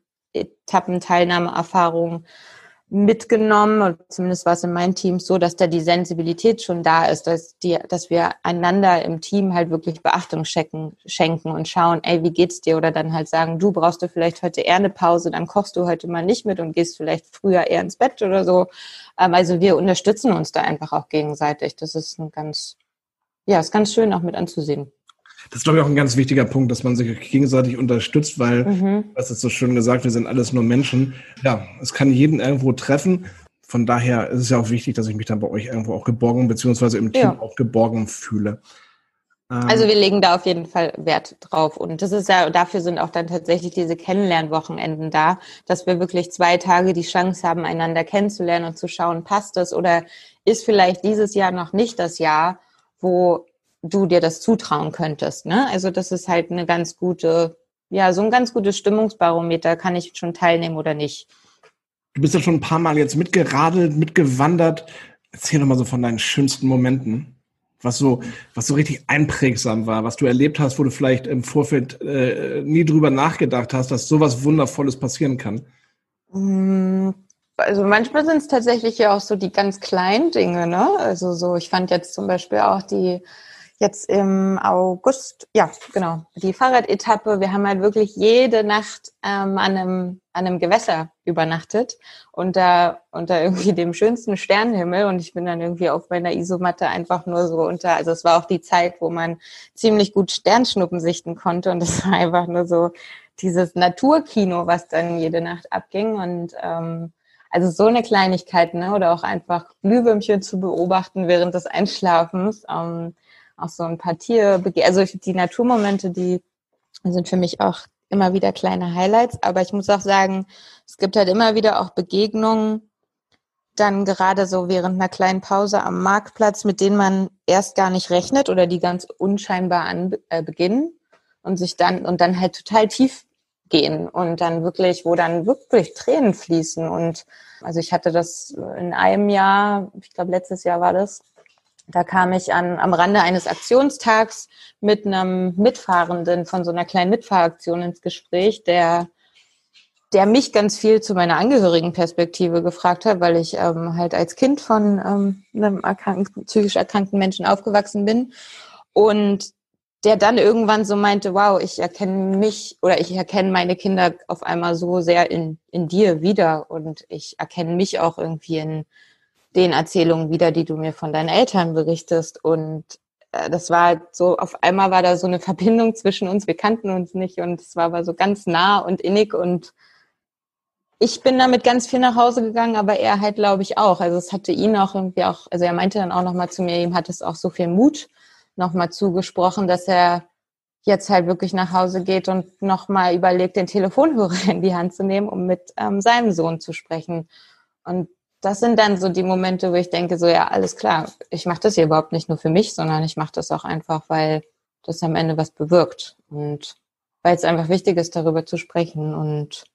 Etappenteilnahmeerfahrung mitgenommen, und zumindest war es in meinem Team so, dass da die Sensibilität schon da ist, dass die, dass wir einander im Team halt wirklich Beachtung schenken, schenken und schauen, ey, wie geht's dir? Oder dann halt sagen, du brauchst du vielleicht heute eher eine Pause, dann kochst du heute mal nicht mit und gehst vielleicht früher eher ins Bett oder so. Also wir unterstützen uns da einfach auch gegenseitig. Das ist ein ganz, ja, ist ganz schön auch mit anzusehen. Das ist, glaube ich, auch ein ganz wichtiger Punkt, dass man sich gegenseitig unterstützt, weil, mhm. das ist so schön gesagt, wir sind alles nur Menschen. Ja, es kann jeden irgendwo treffen. Von daher ist es ja auch wichtig, dass ich mich dann bei euch irgendwo auch geborgen, beziehungsweise im Team ja. auch geborgen fühle. Also wir legen da auf jeden Fall Wert drauf. Und das ist ja, dafür sind auch dann tatsächlich diese Kennenlernwochenenden da, dass wir wirklich zwei Tage die Chance haben, einander kennenzulernen und zu schauen, passt das oder ist vielleicht dieses Jahr noch nicht das Jahr, wo du dir das zutrauen könntest, ne? Also das ist halt eine ganz gute, ja, so ein ganz gutes Stimmungsbarometer, kann ich schon teilnehmen oder nicht. Du bist ja schon ein paar Mal jetzt mitgeradelt, mitgewandert. Erzähl doch mal so von deinen schönsten Momenten, was so, was so richtig einprägsam war, was du erlebt hast, wo du vielleicht im Vorfeld äh, nie drüber nachgedacht hast, dass sowas Wundervolles passieren kann. Also manchmal sind es tatsächlich ja auch so die ganz kleinen Dinge, ne? Also so, ich fand jetzt zum Beispiel auch die jetzt im August, ja, genau, die Fahrradetappe. Wir haben halt wirklich jede Nacht ähm, an einem an einem Gewässer übernachtet unter unter irgendwie dem schönsten Sternenhimmel und ich bin dann irgendwie auf meiner Isomatte einfach nur so unter, also es war auch die Zeit, wo man ziemlich gut Sternschnuppen sichten konnte und es war einfach nur so dieses Naturkino, was dann jede Nacht abging und ähm, also so eine Kleinigkeit, ne, oder auch einfach Glühwürmchen zu beobachten während des Einschlafens, ähm, auch so ein paar Tierbege- also die Naturmomente, die sind für mich auch immer wieder kleine Highlights, aber ich muss auch sagen, es gibt halt immer wieder auch Begegnungen, dann gerade so während einer kleinen Pause am Marktplatz, mit denen man erst gar nicht rechnet oder die ganz unscheinbar an, äh, beginnen und sich dann und dann halt total tief gehen und dann wirklich, wo dann wirklich Tränen fließen und also ich hatte das in einem Jahr, ich glaube letztes Jahr war das, da kam ich an am Rande eines Aktionstags mit einem Mitfahrenden von so einer kleinen Mitfahraktion ins Gespräch, der der mich ganz viel zu meiner Angehörigenperspektive gefragt hat, weil ich ähm, halt als Kind von ähm, einem erkrankten, psychisch erkrankten Menschen aufgewachsen bin und der dann irgendwann so meinte, wow, ich erkenne mich oder ich erkenne meine Kinder auf einmal so sehr in in dir wieder und ich erkenne mich auch irgendwie in den Erzählungen wieder, die du mir von deinen Eltern berichtest. Und äh, das war halt so, auf einmal war da so eine Verbindung zwischen uns, wir kannten uns nicht und es war aber so ganz nah und innig und ich bin damit ganz viel nach Hause gegangen, aber er halt, glaube ich, auch. Also es hatte ihn auch irgendwie auch, also er meinte dann auch nochmal zu mir, ihm hat es auch so viel Mut nochmal zugesprochen, dass er jetzt halt wirklich nach Hause geht und nochmal überlegt, den Telefonhörer in die Hand zu nehmen, um mit ähm, seinem Sohn zu sprechen. Und das sind dann so die Momente, wo ich denke, so ja, alles klar, ich mache das hier überhaupt nicht nur für mich, sondern ich mache das auch einfach, weil das am Ende was bewirkt und weil es einfach wichtig ist, darüber zu sprechen und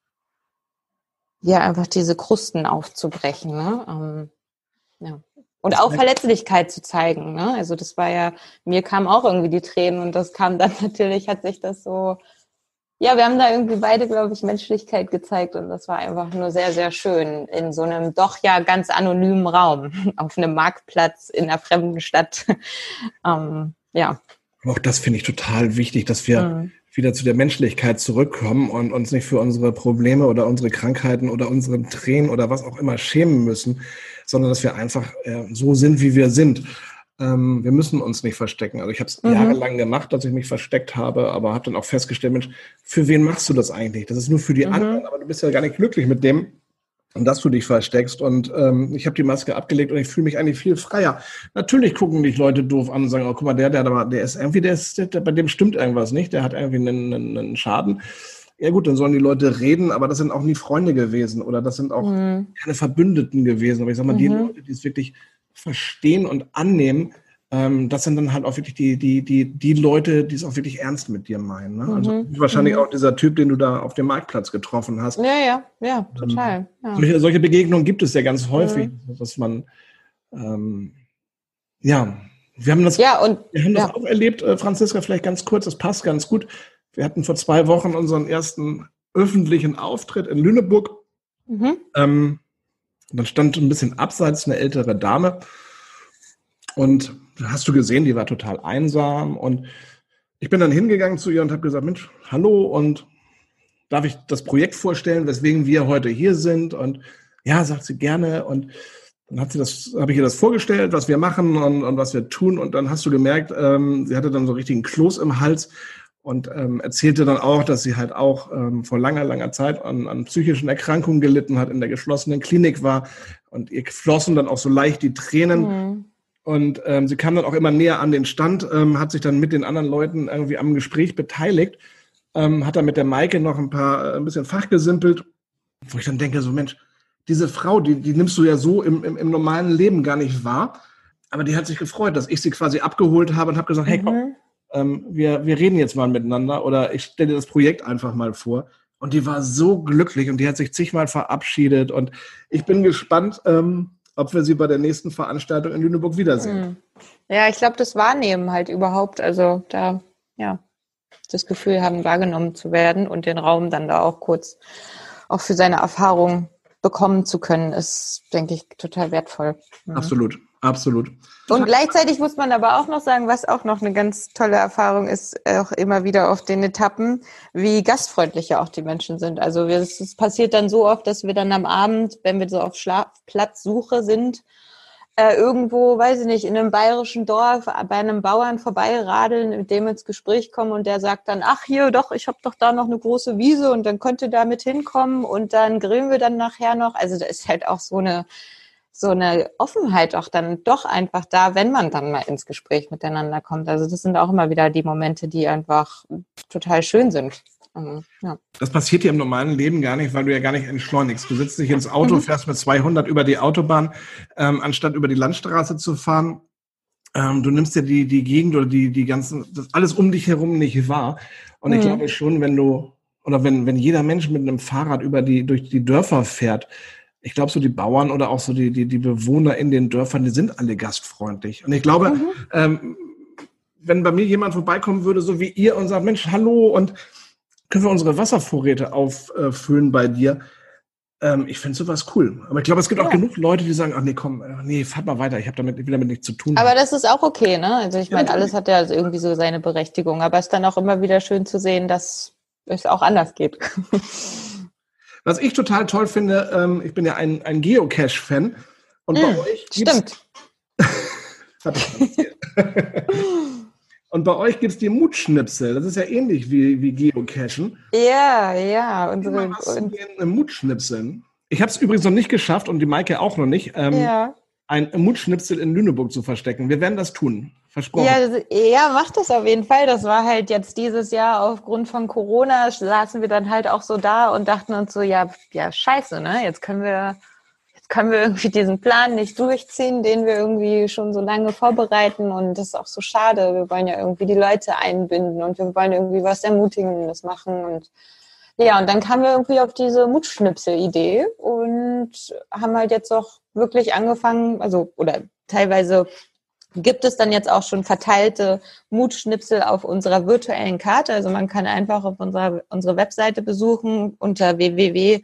ja, einfach diese Krusten aufzubrechen, ne? Ähm, ja. Und auch Verletzlichkeit zu zeigen, ne? Also das war ja, mir kamen auch irgendwie die Tränen und das kam dann natürlich, hat sich das so, ja, wir haben da irgendwie beide, glaube ich, Menschlichkeit gezeigt und das war einfach nur sehr, sehr schön in so einem doch ja ganz anonymen Raum, auf einem Marktplatz in einer fremden Stadt. ähm, ja. Auch das finde ich total wichtig, dass wir mhm. wieder zu der Menschlichkeit zurückkommen und uns nicht für unsere Probleme oder unsere Krankheiten oder unsere Tränen oder was auch immer schämen müssen, sondern dass wir einfach äh, so sind, wie wir sind. Ähm, wir müssen uns nicht verstecken. Also ich habe es mhm. jahrelang gemacht, dass ich mich versteckt habe, aber habe dann auch festgestellt, Mensch, für wen machst du das eigentlich? Das ist nur für die mhm. anderen, aber du bist ja gar nicht glücklich mit dem, dass du dich versteckst. Und ähm, ich habe die Maske abgelegt und ich fühle mich eigentlich viel freier. Natürlich gucken dich Leute doof an und sagen, oh, guck mal, der, der, der ist irgendwie, der ist, der, bei dem stimmt irgendwas nicht, der hat irgendwie einen, einen, einen Schaden. Ja gut, dann sollen die Leute reden, aber das sind auch nie Freunde gewesen oder das sind auch mhm. keine Verbündeten gewesen. Aber ich sag mal, mhm. die Leute, die es wirklich verstehen und annehmen, ähm, das sind dann halt auch wirklich die, die, die, die Leute, die es auch wirklich ernst mit dir meinen. Ne? Mhm. Also wahrscheinlich mhm. auch dieser Typ, den du da auf dem Marktplatz getroffen hast. Ja, ja, ja, total. Ja. Solche, solche Begegnungen gibt es ja ganz häufig, mhm. dass man, ähm, ja, wir haben das, ja, und, wir haben das ja. auch erlebt, äh, Franziska, vielleicht ganz kurz, das passt ganz gut. Wir hatten vor zwei Wochen unseren ersten öffentlichen Auftritt in Lüneburg. Mhm. Ähm, dann stand ein bisschen abseits eine ältere Dame und hast du gesehen, die war total einsam und ich bin dann hingegangen zu ihr und habe gesagt, Mensch, hallo und darf ich das Projekt vorstellen, weswegen wir heute hier sind? Und ja, sagt sie gerne und Dann hat sie das, habe ich ihr das vorgestellt, was wir machen und, und was wir tun. Und dann hast du gemerkt, ähm, sie hatte dann so richtigen Kloß im Hals und ähm, erzählte dann auch, dass sie halt auch ähm, vor langer, langer Zeit an, an psychischen Erkrankungen gelitten hat, in der geschlossenen Klinik war. Und ihr flossen dann auch so leicht die Tränen. Mhm. Und ähm, sie kam dann auch immer näher an den Stand, ähm, hat sich dann mit den anderen Leuten irgendwie am Gespräch beteiligt, ähm, hat dann mit der Maike noch ein paar, äh, ein bisschen fachgesimpelt, wo ich dann denke, so Mensch, diese Frau, die, die nimmst du ja so im, im, im normalen Leben gar nicht wahr, aber die hat sich gefreut, dass ich sie quasi abgeholt habe und habe gesagt, mhm. hey komm, ähm, wir, wir reden jetzt mal miteinander oder ich stelle dir das Projekt einfach mal vor. Und die war so glücklich und die hat sich zigmal verabschiedet und ich bin gespannt, ähm, ob wir sie bei der nächsten Veranstaltung in Lüneburg wiedersehen. Ja, ich glaube, das Wahrnehmen halt überhaupt, also da, ja, das Gefühl haben, wahrgenommen zu werden und den Raum dann da auch kurz auch für seine Erfahrung bekommen zu können, ist, denke ich, total wertvoll. Mhm. Absolut, absolut. Und gleichzeitig muss man aber auch noch sagen, was auch noch eine ganz tolle Erfahrung ist, auch immer wieder auf den Etappen, wie gastfreundlich ja auch die Menschen sind. Also es passiert dann so oft, dass wir dann am Abend, wenn wir so auf Schlafplatzsuche sind, äh, irgendwo, weiß ich nicht, in einem bayerischen Dorf bei einem Bauern vorbeiradeln, mit dem ins Gespräch kommen und der sagt dann, ach hier, doch, ich habe doch da noch eine große Wiese und dann könnt ihr da mit hinkommen und dann grillen wir dann nachher noch. Also da ist halt auch so eine so eine Offenheit auch dann doch einfach da, wenn man dann mal ins Gespräch miteinander kommt. Also das sind auch immer wieder die Momente, die einfach total schön sind. Ja. Das passiert dir im normalen Leben gar nicht, weil du ja gar nicht entschleunigst. Du sitzt dich ins Auto, mhm. fährst mit zweihundert über die Autobahn, ähm, anstatt über die Landstraße zu fahren. Ähm, du nimmst ja die, die Gegend oder die, die ganzen, das alles um dich herum nicht wahr. Und mhm. ich glaube schon, wenn du, oder wenn, wenn jeder Mensch mit einem Fahrrad über die, durch die Dörfer fährt, ich glaube, so die Bauern oder auch so die, die, die Bewohner in den Dörfern, die sind alle gastfreundlich. Und ich glaube, mhm. ähm, wenn bei mir jemand vorbeikommen würde, so wie ihr, und sagt, Mensch, hallo, und können wir unsere Wasservorräte auffüllen bei dir? Ähm, ich finde sowas cool. Aber ich glaube, es gibt ja. auch genug Leute, die sagen, ach nee, komm, nee, fahrt mal weiter, ich habe damit, ich will damit nichts zu tun. Aber das ist auch okay, ne? Also ich meine, ja, alles hat ja also irgendwie so seine Berechtigung. Aber es ist dann auch immer wieder schön zu sehen, dass es auch anders geht. Was ich total toll finde, ähm, ich bin ja ein, ein Geocache-Fan. Und bei mm, euch gibt's, stimmt. Hatte ich erzählt. Und bei euch gibt es die Mutschnipsel. Das ist ja ähnlich wie, wie Geocachen. Ja, ja. Unsere, was und den Mutschnipseln. Ich habe es übrigens noch nicht geschafft und die Maike auch noch nicht, ähm, ja. ein Mutschnipsel in Lüneburg zu verstecken. Wir werden das tun. Versprochen. Ja, das, ja, macht das auf jeden Fall. Das war halt jetzt dieses Jahr aufgrund von Corona, saßen wir dann halt auch so da und dachten uns so, ja, ja, scheiße, ne? Jetzt können wir, jetzt können wir irgendwie diesen Plan nicht durchziehen, den wir irgendwie schon so lange vorbereiten, und das ist auch so schade. Wir wollen ja irgendwie die Leute einbinden und wir wollen irgendwie was Ermutigendes machen, und ja, und dann kamen wir irgendwie auf diese Mutschnipsel-Idee und haben halt jetzt auch wirklich angefangen, also, oder teilweise gibt es dann jetzt auch schon verteilte Mutschnipsel auf unserer virtuellen Karte. Also man kann einfach auf unserer unsere Webseite besuchen unter www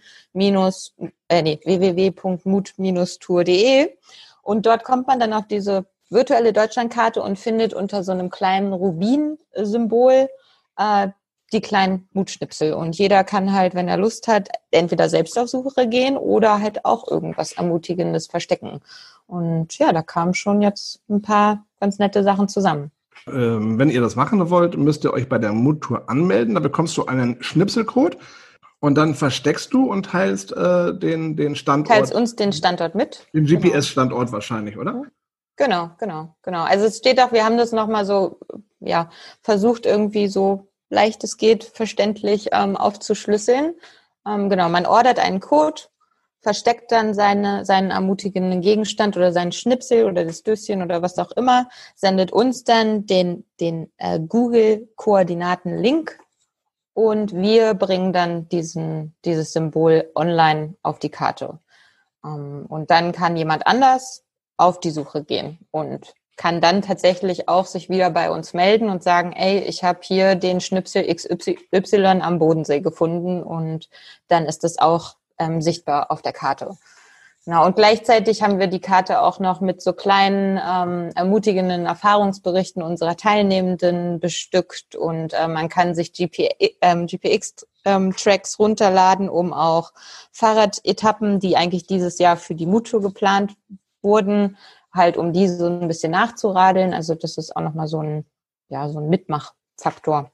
äh, nee, www punkt mut Bindestrich tour punkt de, und dort kommt man dann auf diese virtuelle Deutschlandkarte und findet unter so einem kleinen Rubin-Symbol äh, die kleinen Mutschnipsel. Und jeder kann halt, wenn er Lust hat, entweder selbst auf Suche gehen oder halt auch irgendwas Ermutigendes verstecken. Und ja, da kamen schon jetzt ein paar ganz nette Sachen zusammen. Ähm, wenn ihr das machen wollt, müsst ihr euch bei der Muttour anmelden. Da bekommst du einen Schnipselcode und dann versteckst du und teilst äh, den, den Standort. Teilst uns den Standort mit. Den G P S-Standort wahrscheinlich, oder? Genau, genau, genau. Also es steht auch, wir haben das nochmal so, ja, versucht irgendwie so leicht es geht, verständlich ähm, aufzuschlüsseln. Ähm, genau, man ordert einen Code, versteckt dann seine, seinen ermutigenden Gegenstand oder seinen Schnipsel oder das Döschen oder was auch immer, sendet uns dann den, den äh, Google-Koordinaten-Link und wir bringen dann diesen, dieses Symbol online auf die Karte. Ähm, und dann kann jemand anders auf die Suche gehen und kann dann tatsächlich auch sich wieder bei uns melden und sagen, ey, ich habe hier den Schnipsel X Y am Bodensee gefunden, und dann ist das auch ähm, sichtbar auf der Karte. Genau, und gleichzeitig haben wir die Karte auch noch mit so kleinen ähm, ermutigenden Erfahrungsberichten unserer Teilnehmenden bestückt, und äh, man kann sich G P, ähm, G P X-Tracks ähm, runterladen, um auch Fahrradetappen, die eigentlich dieses Jahr für die Muttour geplant wurden, halt um die so ein bisschen nachzuradeln. Also das ist auch nochmal so ein, ja, so ein Mitmachfaktor.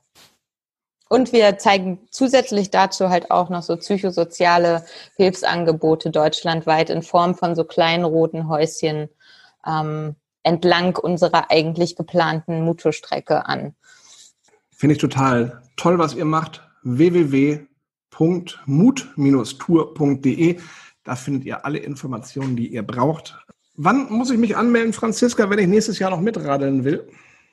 Und wir zeigen zusätzlich dazu halt auch noch so psychosoziale Hilfsangebote deutschlandweit in Form von so kleinen roten Häuschen ähm, entlang unserer eigentlich geplanten Mutu-Strecke an. Finde ich total toll, was ihr macht. w w w punkt mut Bindestrich tour punkt d e. Da findet ihr alle Informationen, die ihr braucht. Wann muss ich mich anmelden, Franziska, wenn ich nächstes Jahr noch mitradeln will?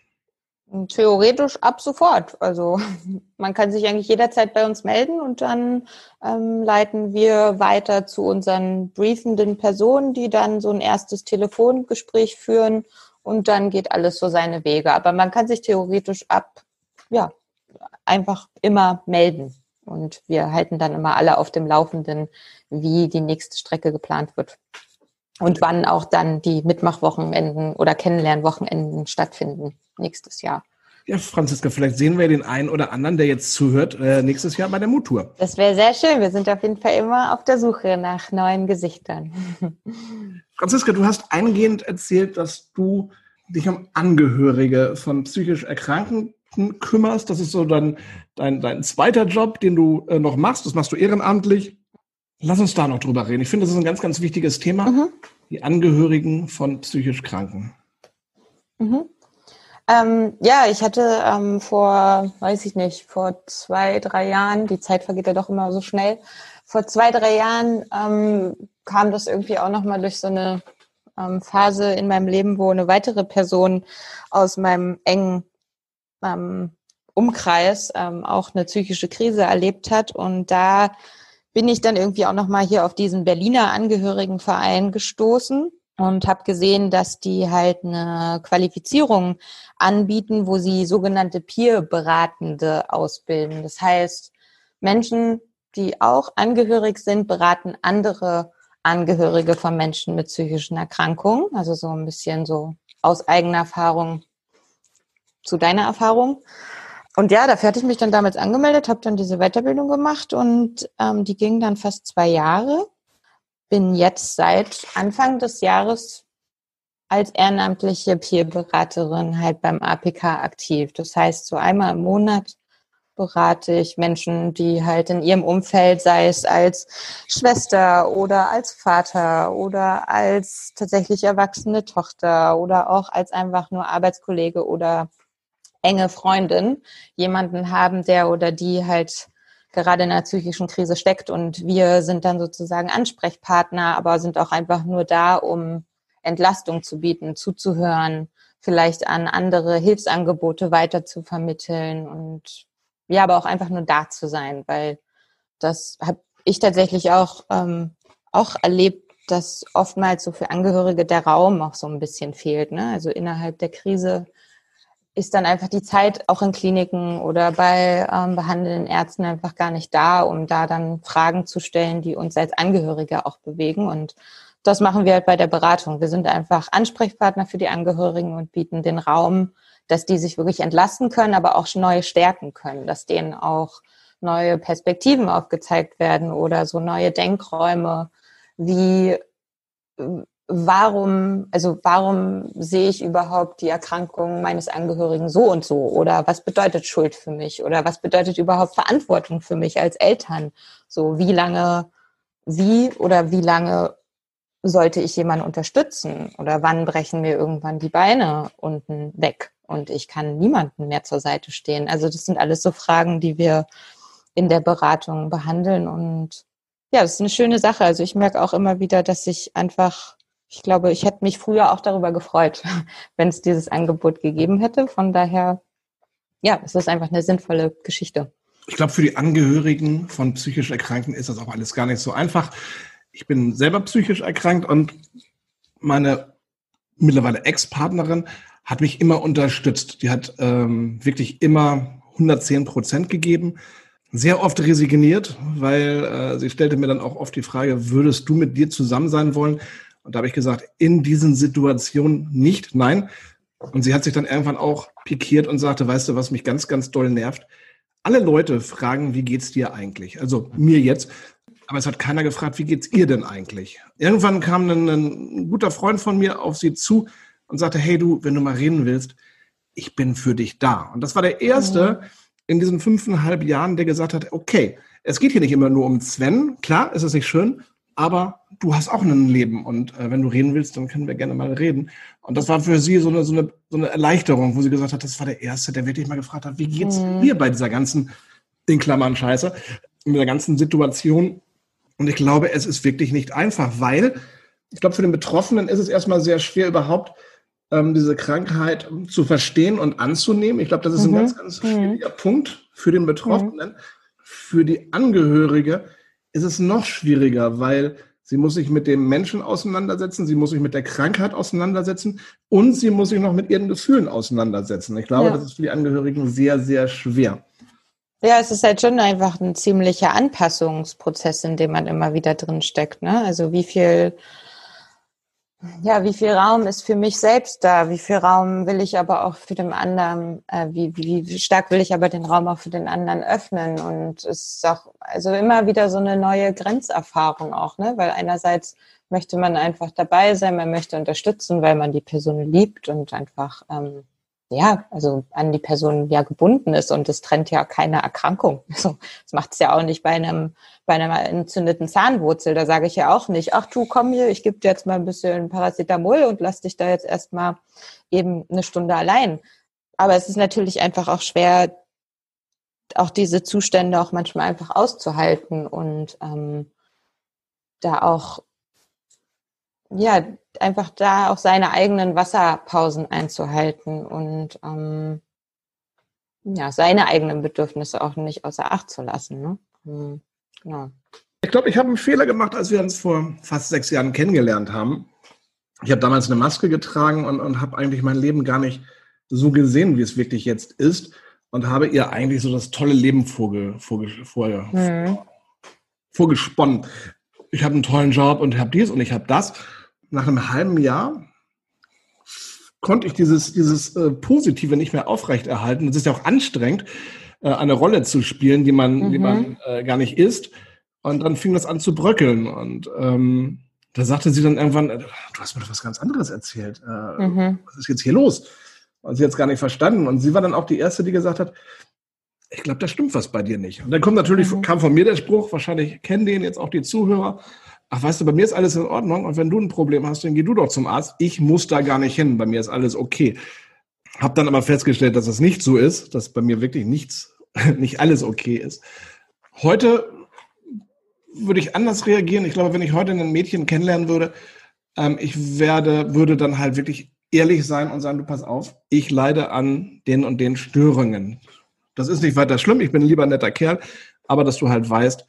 Theoretisch ab sofort. Also man kann sich eigentlich jederzeit bei uns melden und dann ähm, leiten wir weiter zu unseren briefenden Personen, die dann so ein erstes Telefongespräch führen und dann geht alles so seine Wege. Aber man kann sich theoretisch ab, ja, einfach immer melden und wir halten dann immer alle auf dem Laufenden, wie die nächste Strecke geplant wird und wann auch dann die Mitmachwochenenden oder Kennenlernwochenenden stattfinden nächstes Jahr. Ja, Franziska, vielleicht sehen wir den einen oder anderen, der jetzt zuhört, äh, nächstes Jahr bei der Mut-Tour. Das wäre sehr schön. Wir sind auf jeden Fall immer auf der Suche nach neuen Gesichtern. Franziska, du hast eingehend erzählt, dass du dich um Angehörige von psychisch Erkrankten kümmerst. Das ist so dann dein, dein zweiter Job, den du äh, noch machst. Das machst du ehrenamtlich. Lass uns da noch drüber reden. Ich finde, das ist ein ganz, ganz wichtiges Thema. Mhm. Die Angehörigen von psychisch Kranken. Mhm. Ähm, ja, ich hatte ähm, vor, weiß ich nicht, vor zwei, drei Jahren, die Zeit vergeht ja doch immer so schnell, vor zwei, drei Jahren ähm, kam das irgendwie auch nochmal durch so eine ähm, Phase in meinem Leben, wo eine weitere Person aus meinem engen ähm, Umkreis ähm, auch eine psychische Krise erlebt hat. Und da bin ich dann irgendwie auch nochmal hier auf diesen Berliner Angehörigenverein gestoßen und habe gesehen, dass die halt eine Qualifizierung anbieten, wo sie sogenannte Peer-Beratende ausbilden. Das heißt, Menschen, die auch angehörig sind, beraten andere Angehörige von Menschen mit psychischen Erkrankungen. Also so ein bisschen so aus eigener Erfahrung zu deiner Erfahrung. Und ja, dafür hatte ich mich dann damals angemeldet, habe dann diese Weiterbildung gemacht und ähm, die ging dann fast zwei Jahre. Bin jetzt seit Anfang des Jahres als ehrenamtliche Peer-Beraterin halt beim A P K aktiv. Das heißt, so einmal im Monat berate ich Menschen, die halt in ihrem Umfeld, sei es als Schwester oder als Vater oder als tatsächlich erwachsene Tochter oder auch als einfach nur Arbeitskollege oder enge Freundin, jemanden haben, der oder die halt gerade in einer psychischen Krise steckt und wir sind dann sozusagen Ansprechpartner, aber sind auch einfach nur da, um Entlastung zu bieten, zuzuhören, vielleicht an andere Hilfsangebote weiter zu vermitteln und ja, aber auch einfach nur da zu sein, weil das habe ich tatsächlich auch ähm, auch erlebt, dass oftmals so für Angehörige der Raum auch so ein bisschen fehlt, ne? Also innerhalb der Krise ist dann einfach die Zeit auch in Kliniken oder bei ähm, behandelnden Ärzten einfach gar nicht da, um da dann Fragen zu stellen, die uns als Angehörige auch bewegen. Und das machen wir halt bei der Beratung. Wir sind einfach Ansprechpartner für die Angehörigen und bieten den Raum, dass die sich wirklich entlasten können, aber auch neue stärken können, dass denen auch neue Perspektiven aufgezeigt werden oder so neue Denkräume wie Warum, also warum sehe ich überhaupt die Erkrankung meines Angehörigen so und so? Oder was bedeutet Schuld für mich? Oder was bedeutet überhaupt Verantwortung für mich als Eltern? So, wie lange, wie oder wie lange sollte ich jemanden unterstützen? Oder wann brechen mir irgendwann die Beine unten weg? Und ich kann niemandem mehr zur Seite stehen. Also das sind alles so Fragen, die wir in der Beratung behandeln. Und ja, das ist eine schöne Sache. Also ich merke auch immer wieder, dass ich einfach Ich glaube, ich hätte mich früher auch darüber gefreut, wenn es dieses Angebot gegeben hätte. Von daher, ja, es ist einfach eine sinnvolle Geschichte. Ich glaube, für die Angehörigen von psychisch Erkrankten ist das auch alles gar nicht so einfach. Ich bin selber psychisch erkrankt und meine mittlerweile Ex-Partnerin hat mich immer unterstützt. Die hat ähm, wirklich immer hundertzehn Prozent gegeben. Sehr oft resigniert, weil äh, sie stellte mir dann auch oft die Frage, würdest du mit dir zusammen sein wollen? Und da habe ich gesagt, in diesen Situationen nicht, nein. Und sie hat sich dann irgendwann auch pikiert und sagte, weißt du, was mich ganz, ganz doll nervt? Alle Leute fragen, wie geht's dir eigentlich? Also mir jetzt. Aber es hat keiner gefragt, wie geht's ihr denn eigentlich? Irgendwann kam ein, ein guter Freund von mir auf sie zu und sagte, hey du, wenn du mal reden willst, ich bin für dich da. Und das war der Erste mhm. in diesen fünfeinhalb Jahren, der gesagt hat, okay, es geht hier nicht immer nur um Sven, klar, ist es nicht schön, aber du hast auch ein Leben und äh, wenn du reden willst, dann können wir gerne mal reden. Und das war für sie so eine, so eine, so eine Erleichterung, wo sie gesagt hat, das war der Erste, der wirklich mal gefragt hat, wie geht's mhm. mir bei dieser ganzen, in Klammern Scheiße, mit der ganzen Situation. Und ich glaube, es ist wirklich nicht einfach, weil ich glaube, für den Betroffenen ist es erstmal sehr schwer, überhaupt ähm, diese Krankheit zu verstehen und anzunehmen. Ich glaube, das ist mhm. ein ganz, ganz schwieriger mhm. Punkt für den Betroffenen. Mhm. Für die Angehörige ist es noch schwieriger, weil sie muss sich mit dem Menschen auseinandersetzen, sie muss sich mit der Krankheit auseinandersetzen und sie muss sich noch mit ihren Gefühlen auseinandersetzen. Ich glaube, ja. das ist für die Angehörigen sehr, sehr schwer. Ja, es ist halt schon einfach ein ziemlicher Anpassungsprozess, in dem man immer wieder drin steckt, ne? Also wie viel, ja, wie viel Raum ist für mich selbst da? Wie viel Raum will ich aber auch für den anderen, äh, wie, wie, wie stark will ich aber den Raum auch für den anderen öffnen? Und es ist auch, also immer wieder so eine neue Grenzerfahrung auch, ne? Weil einerseits möchte man einfach dabei sein, man möchte unterstützen, weil man die Person liebt und einfach, ähm, ja, also an die Person ja gebunden ist und das trennt ja keine Erkrankung. Also das macht es ja auch nicht bei einem bei einer entzündeten Zahnwurzel. Da sage ich ja auch nicht, ach du, komm hier, ich gebe dir jetzt mal ein bisschen Paracetamol und lass dich da jetzt erstmal eben eine Stunde allein. Aber es ist natürlich einfach auch schwer, auch diese Zustände auch manchmal einfach auszuhalten und ähm, da auch ja, einfach da auch seine eigenen Wasserpausen einzuhalten und ähm, ja, seine eigenen Bedürfnisse auch nicht außer Acht zu lassen. Ne? Mhm. Genau. Ich glaube, ich habe einen Fehler gemacht, als wir uns vor fast sechs Jahren kennengelernt haben. Ich habe damals eine Maske getragen und, und habe eigentlich mein Leben gar nicht so gesehen, wie es wirklich jetzt ist und habe ihr eigentlich so das tolle Leben vorge, vorge, vorge, mhm. vorgesponnen. Ich habe einen tollen Job und habe dies und ich habe das. Nach einem halben Jahr konnte ich dieses, dieses äh, Positive nicht mehr aufrechterhalten. Es ist ja auch anstrengend, äh, eine Rolle zu spielen, die man, mhm. die man äh, gar nicht ist. Und dann fing das an zu bröckeln. Und ähm, da sagte sie dann irgendwann, du hast mir doch was ganz anderes erzählt. Äh, mhm. Was ist jetzt hier los? Und sie hat es gar nicht verstanden. Und sie war dann auch die Erste, die gesagt hat, ich glaube, da stimmt was bei dir nicht. Und dann kommt natürlich, mhm. kam von mir der Spruch, wahrscheinlich kennen den jetzt auch die Zuhörer, ach, weißt du, bei mir ist alles in Ordnung und wenn du ein Problem hast, dann geh du doch zum Arzt. Ich muss da gar nicht hin, bei mir ist alles okay. Hab dann aber festgestellt, dass es nicht so ist, dass bei mir wirklich nichts, nicht alles okay ist. Heute würde ich anders reagieren. Ich glaube, wenn ich heute ein Mädchen kennenlernen würde, ähm, ich werde, würde dann halt wirklich ehrlich sein und sagen, du pass auf, ich leide an den und den Störungen. Das ist nicht weiter schlimm, ich bin lieber ein netter Kerl, aber dass du halt weißt,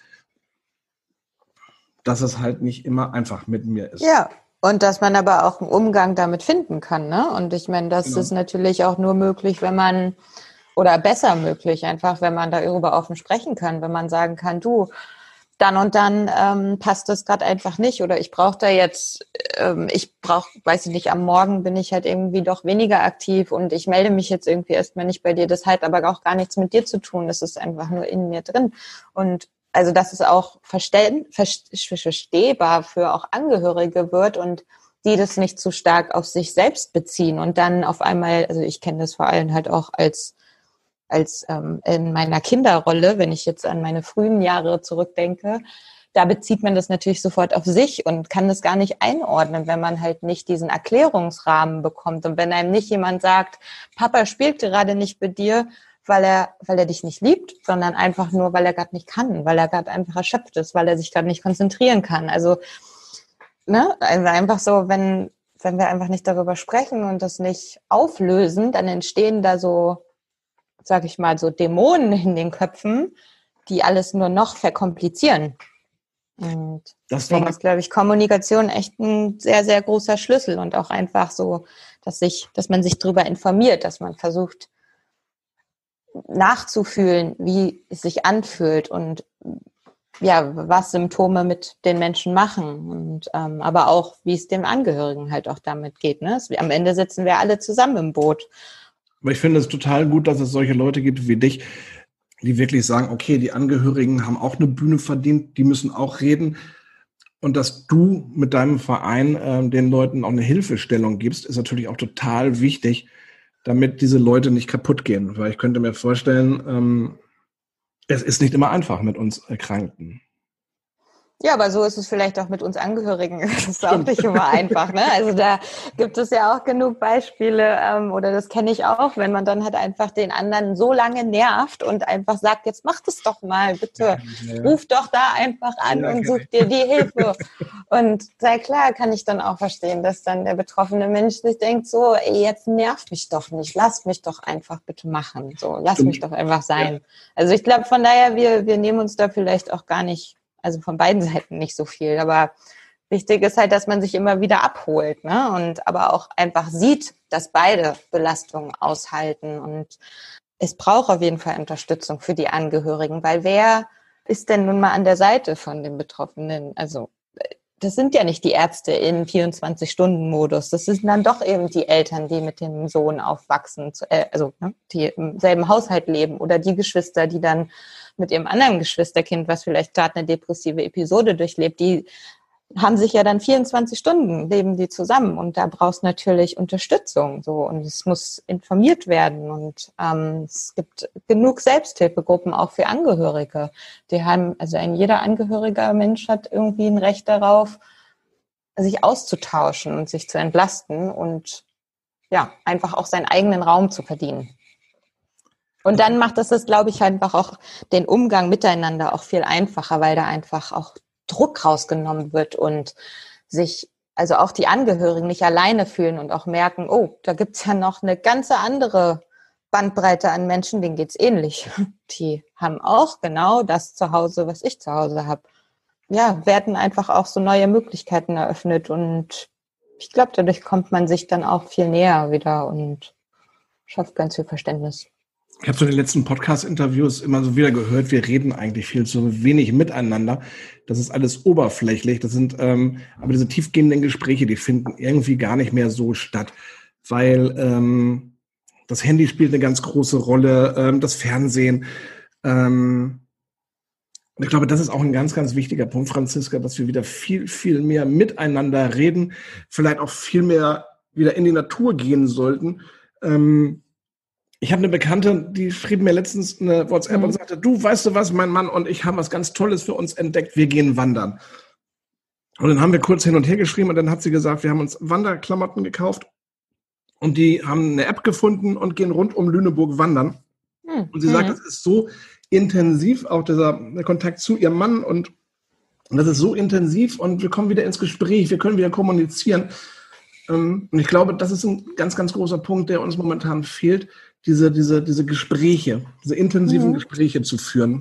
dass es halt nicht immer einfach mit mir ist. Ja, und dass man aber auch einen Umgang damit finden kann, ne? Und ich meine, das genau. ist natürlich auch nur möglich, wenn man, oder besser möglich, einfach, wenn man darüber offen sprechen kann, wenn man sagen kann, du, dann und dann ähm, passt das gerade einfach nicht oder ich brauche da jetzt, ähm, ich brauche, weiß ich nicht, am Morgen bin ich halt irgendwie doch weniger aktiv und ich melde mich jetzt irgendwie erstmal nicht bei dir. Das hat aber auch gar nichts mit dir zu tun, das ist einfach nur in mir drin. Und also, dass es auch versteh- verstehbar für auch Angehörige wird und die das nicht zu stark auf sich selbst beziehen und dann auf einmal, also ich kenne das vor allem halt auch als als ähm, in meiner Kinderrolle, wenn ich jetzt an meine frühen Jahre zurückdenke, da bezieht man das natürlich sofort auf sich und kann das gar nicht einordnen, wenn man halt nicht diesen Erklärungsrahmen bekommt und wenn einem nicht jemand sagt, Papa spielt gerade nicht mit dir, weil er, weil er dich nicht liebt, sondern einfach nur, weil er gerade nicht kann, weil er gerade einfach erschöpft ist, weil er sich gerade nicht konzentrieren kann. Also, ne, also einfach so, wenn, wenn wir einfach nicht darüber sprechen und das nicht auflösen, dann entstehen da so, sag ich mal, so Dämonen in den Köpfen, die alles nur noch verkomplizieren. Und das deswegen ist, glaube ich, Kommunikation echt ein sehr, sehr großer Schlüssel und auch einfach so, dass sich, dass man sich darüber informiert, dass man versucht, nachzufühlen, wie es sich anfühlt und ja, was Symptome mit den Menschen machen und ähm, aber auch, wie es dem Angehörigen halt auch damit geht. Ne? Es, am Ende sitzen wir alle zusammen im Boot. Aber ich finde es total gut, dass es solche Leute gibt wie dich, die wirklich sagen, okay, die Angehörigen haben auch eine Bühne verdient, die müssen auch reden. Und dass du mit deinem Verein äh, den Leuten auch eine Hilfestellung gibst, ist natürlich auch total wichtig, damit diese Leute nicht kaputt gehen. Weil ich könnte mir vorstellen, ähm, es ist nicht immer einfach mit uns Erkrankten. Ja, aber so ist es vielleicht auch mit uns Angehörigen. Das ist auch nicht immer einfach, ne? Also da gibt es ja auch genug Beispiele, ähm, oder das kenne ich auch, wenn man dann halt einfach den anderen so lange nervt und einfach sagt, jetzt mach das doch mal, bitte, ja. Ruf doch da einfach an ja, und such dir die Hilfe. Und sehr klar kann ich dann auch verstehen, dass dann der betroffene Mensch sich denkt, so, ey, jetzt nerv mich doch nicht, lass mich doch einfach bitte machen, so, lass mich doch einfach sein. Ja. Also ich glaube, von daher, wir, wir nehmen uns da vielleicht auch gar nicht, also von beiden Seiten nicht so viel, aber wichtig ist halt, dass man sich immer wieder abholt, ne? Und aber auch einfach sieht, dass beide Belastungen aushalten, und es braucht auf jeden Fall Unterstützung für die Angehörigen, weil wer ist denn nun mal an der Seite von den Betroffenen? Also das sind ja nicht die Ärzte in vierundzwanzig-Stunden-Modus, das sind dann doch eben die Eltern, die mit dem Sohn aufwachsen, also die im selben Haushalt leben, oder die Geschwister, die dann mit ihrem anderen Geschwisterkind, was vielleicht gerade eine depressive Episode durchlebt, die haben sich ja dann vierundzwanzig Stunden, leben die zusammen, und da brauchst natürlich Unterstützung, so, und es muss informiert werden, und ähm, es gibt genug Selbsthilfegruppen auch für Angehörige. Die haben, also ein jeder angehöriger Mensch hat irgendwie ein Recht darauf, sich auszutauschen und sich zu entlasten und ja, einfach auch seinen eigenen Raum zu verdienen. Und dann macht das, das glaube ich, einfach auch den Umgang miteinander auch viel einfacher, weil da einfach auch Druck rausgenommen wird und sich, also auch die Angehörigen nicht alleine fühlen und auch merken, oh, da gibt's ja noch eine ganze andere Bandbreite an Menschen, denen geht's ähnlich. Die haben auch genau das zu Hause, was ich zu Hause habe. Ja, werden einfach auch so neue Möglichkeiten eröffnet, und ich glaube, dadurch kommt man sich dann auch viel näher wieder und schafft ganz viel Verständnis. Ich habe so in den letzten Podcast-Interviews immer so wieder gehört, wir reden eigentlich viel zu wenig miteinander. Das ist alles oberflächlich. Das sind ähm, aber diese tiefgehenden Gespräche, die finden irgendwie gar nicht mehr so statt, weil ähm, das Handy spielt eine ganz große Rolle, ähm, das Fernsehen. Ähm, und ich glaube, das ist auch ein ganz, ganz wichtiger Punkt, Franziska, dass wir wieder viel, viel mehr miteinander reden, vielleicht auch viel mehr wieder in die Natur gehen sollten. Ähm, Ich habe eine Bekannte, die schrieb mir letztens eine WhatsApp mhm. und sagte, du, weißt du was, mein Mann und ich haben was ganz Tolles für uns entdeckt, wir gehen wandern. Und dann haben wir kurz hin und her geschrieben, und dann hat sie gesagt, wir haben uns Wanderklamotten gekauft und die haben eine App gefunden und gehen rund um Lüneburg wandern. Mhm. Und sie sagt, das ist so intensiv, auch dieser der Kontakt zu ihrem Mann, und, und das ist so intensiv, und wir kommen wieder ins Gespräch, wir können wieder kommunizieren. Und ich glaube, das ist ein ganz, ganz großer Punkt, der uns momentan fehlt, diese, diese, diese Gespräche, diese intensiven mhm. Gespräche zu führen.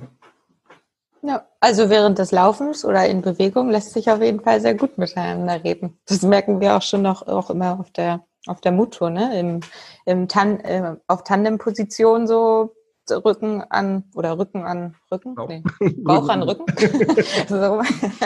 Ja, also während des Laufens oder in Bewegung lässt sich auf jeden Fall sehr gut miteinander reden. Das merken wir auch schon noch, auch immer auf der, auf der Muttour, ne? Im, im Tan, äh, auf Tandemposition so Rücken an, oder Rücken an Rücken? Bauch, nee. Bauch an Rücken. So.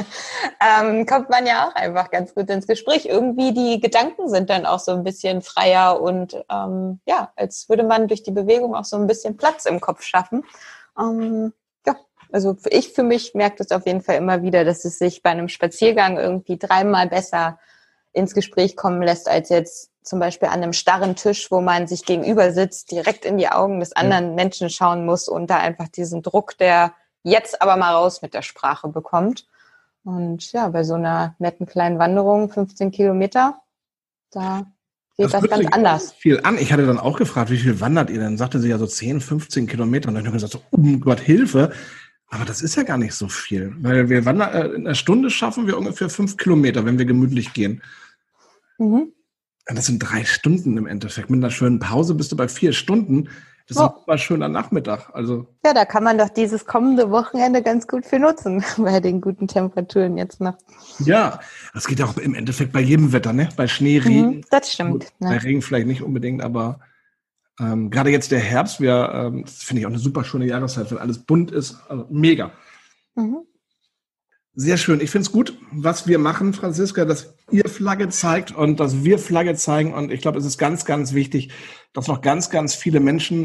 ähm, kommt man ja auch einfach ganz gut ins Gespräch. Irgendwie die Gedanken sind dann auch so ein bisschen freier, und ähm, ja, als würde man durch die Bewegung auch so ein bisschen Platz im Kopf schaffen. Ähm, ja, also ich für mich merke das auf jeden Fall immer wieder, dass es sich bei einem Spaziergang irgendwie dreimal besser ins Gespräch kommen lässt, als jetzt zum Beispiel an einem starren Tisch, wo man sich gegenüber sitzt, direkt in die Augen des anderen ja. Menschen schauen muss und da einfach diesen Druck, der jetzt aber mal raus mit der Sprache bekommt. Und ja, bei so einer netten kleinen Wanderung, fünfzehn Kilometer, da geht das, das ganz anders. Viel an. Ich hatte dann auch gefragt, wie viel wandert ihr denn? Sagte sie ja so zehn, fünfzehn Kilometer. Und dann habe ich gesagt, so, um Gott, Hilfe. Aber das ist ja gar nicht so viel. Weil wir wandern, äh, in einer Stunde schaffen wir ungefähr fünf Kilometer, wenn wir gemütlich gehen. Mhm. Das sind drei Stunden im Endeffekt. Mit einer schönen Pause bist du bei vier Stunden. Das ist oh. ein super schöner Nachmittag. Also ja, da kann man doch dieses kommende Wochenende ganz gut für nutzen, bei den guten Temperaturen jetzt noch. Ja, das geht auch im Endeffekt bei jedem Wetter, ne? Bei Schnee, Regen. Mhm, das stimmt. Gut, bei ja. Regen vielleicht nicht unbedingt, aber ähm, gerade jetzt der Herbst, wir, ähm, das finde ich auch eine super schöne Jahreszeit, wenn alles bunt ist. Also mega. Mhm. Sehr schön. Ich finde es gut, was wir machen, Franziska, dass ihr Flagge zeigt und dass wir Flagge zeigen. Und ich glaube, es ist ganz, ganz wichtig, dass noch ganz, ganz viele Menschen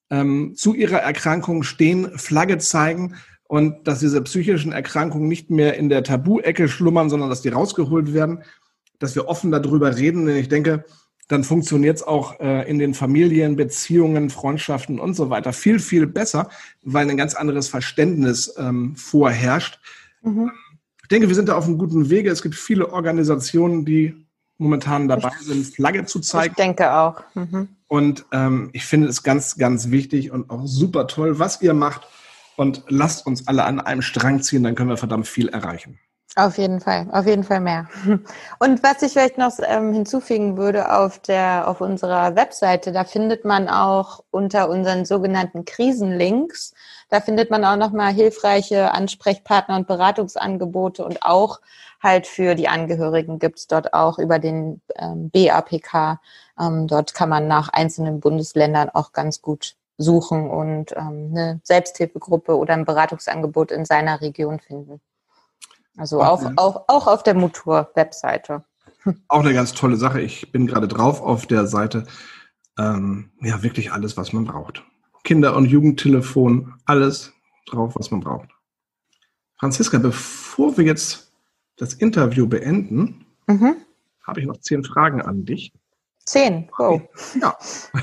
ähm, zu ihrer Erkrankung stehen, Flagge zeigen und dass diese psychischen Erkrankungen nicht mehr in der Tabu-Ecke schlummern, sondern dass die rausgeholt werden, dass wir offen darüber reden. Denn ich denke, dann funktioniert es auch äh, in den Familien, Beziehungen, Freundschaften und so weiter viel, viel besser, weil ein ganz anderes Verständnis ähm, vorherrscht. Mhm. Ich denke, wir sind da auf einem guten Wege. Es gibt viele Organisationen, die momentan dabei sind, Flagge zu zeigen. Ich denke auch. Mhm. Und ähm, ich finde es ganz, ganz wichtig und auch super toll, was ihr macht. Und lasst uns alle an einem Strang ziehen, dann können wir verdammt viel erreichen. Auf jeden Fall, auf jeden Fall mehr. Und was ich vielleicht noch ähm, hinzufügen würde auf der, auf unserer Webseite, da findet man auch unter unseren sogenannten Krisenlinks, da findet man auch nochmal hilfreiche Ansprechpartner und Beratungsangebote und auch halt für die Angehörigen gibt's dort auch über den ähm, B A P K. Ähm, dort kann man nach einzelnen Bundesländern auch ganz gut suchen und ähm, eine Selbsthilfegruppe oder ein Beratungsangebot in seiner Region finden. Also auch, auf, auch, auch auf der Mutur-Webseite. Auch eine ganz tolle Sache. Ich bin gerade drauf auf der Seite. Ähm, ja, wirklich alles, was man braucht. Kinder- und Jugendtelefon, alles drauf, was man braucht. Franziska, bevor wir jetzt das Interview beenden, mhm. habe ich noch zehn Fragen an dich. Zehn? Oh. Ja.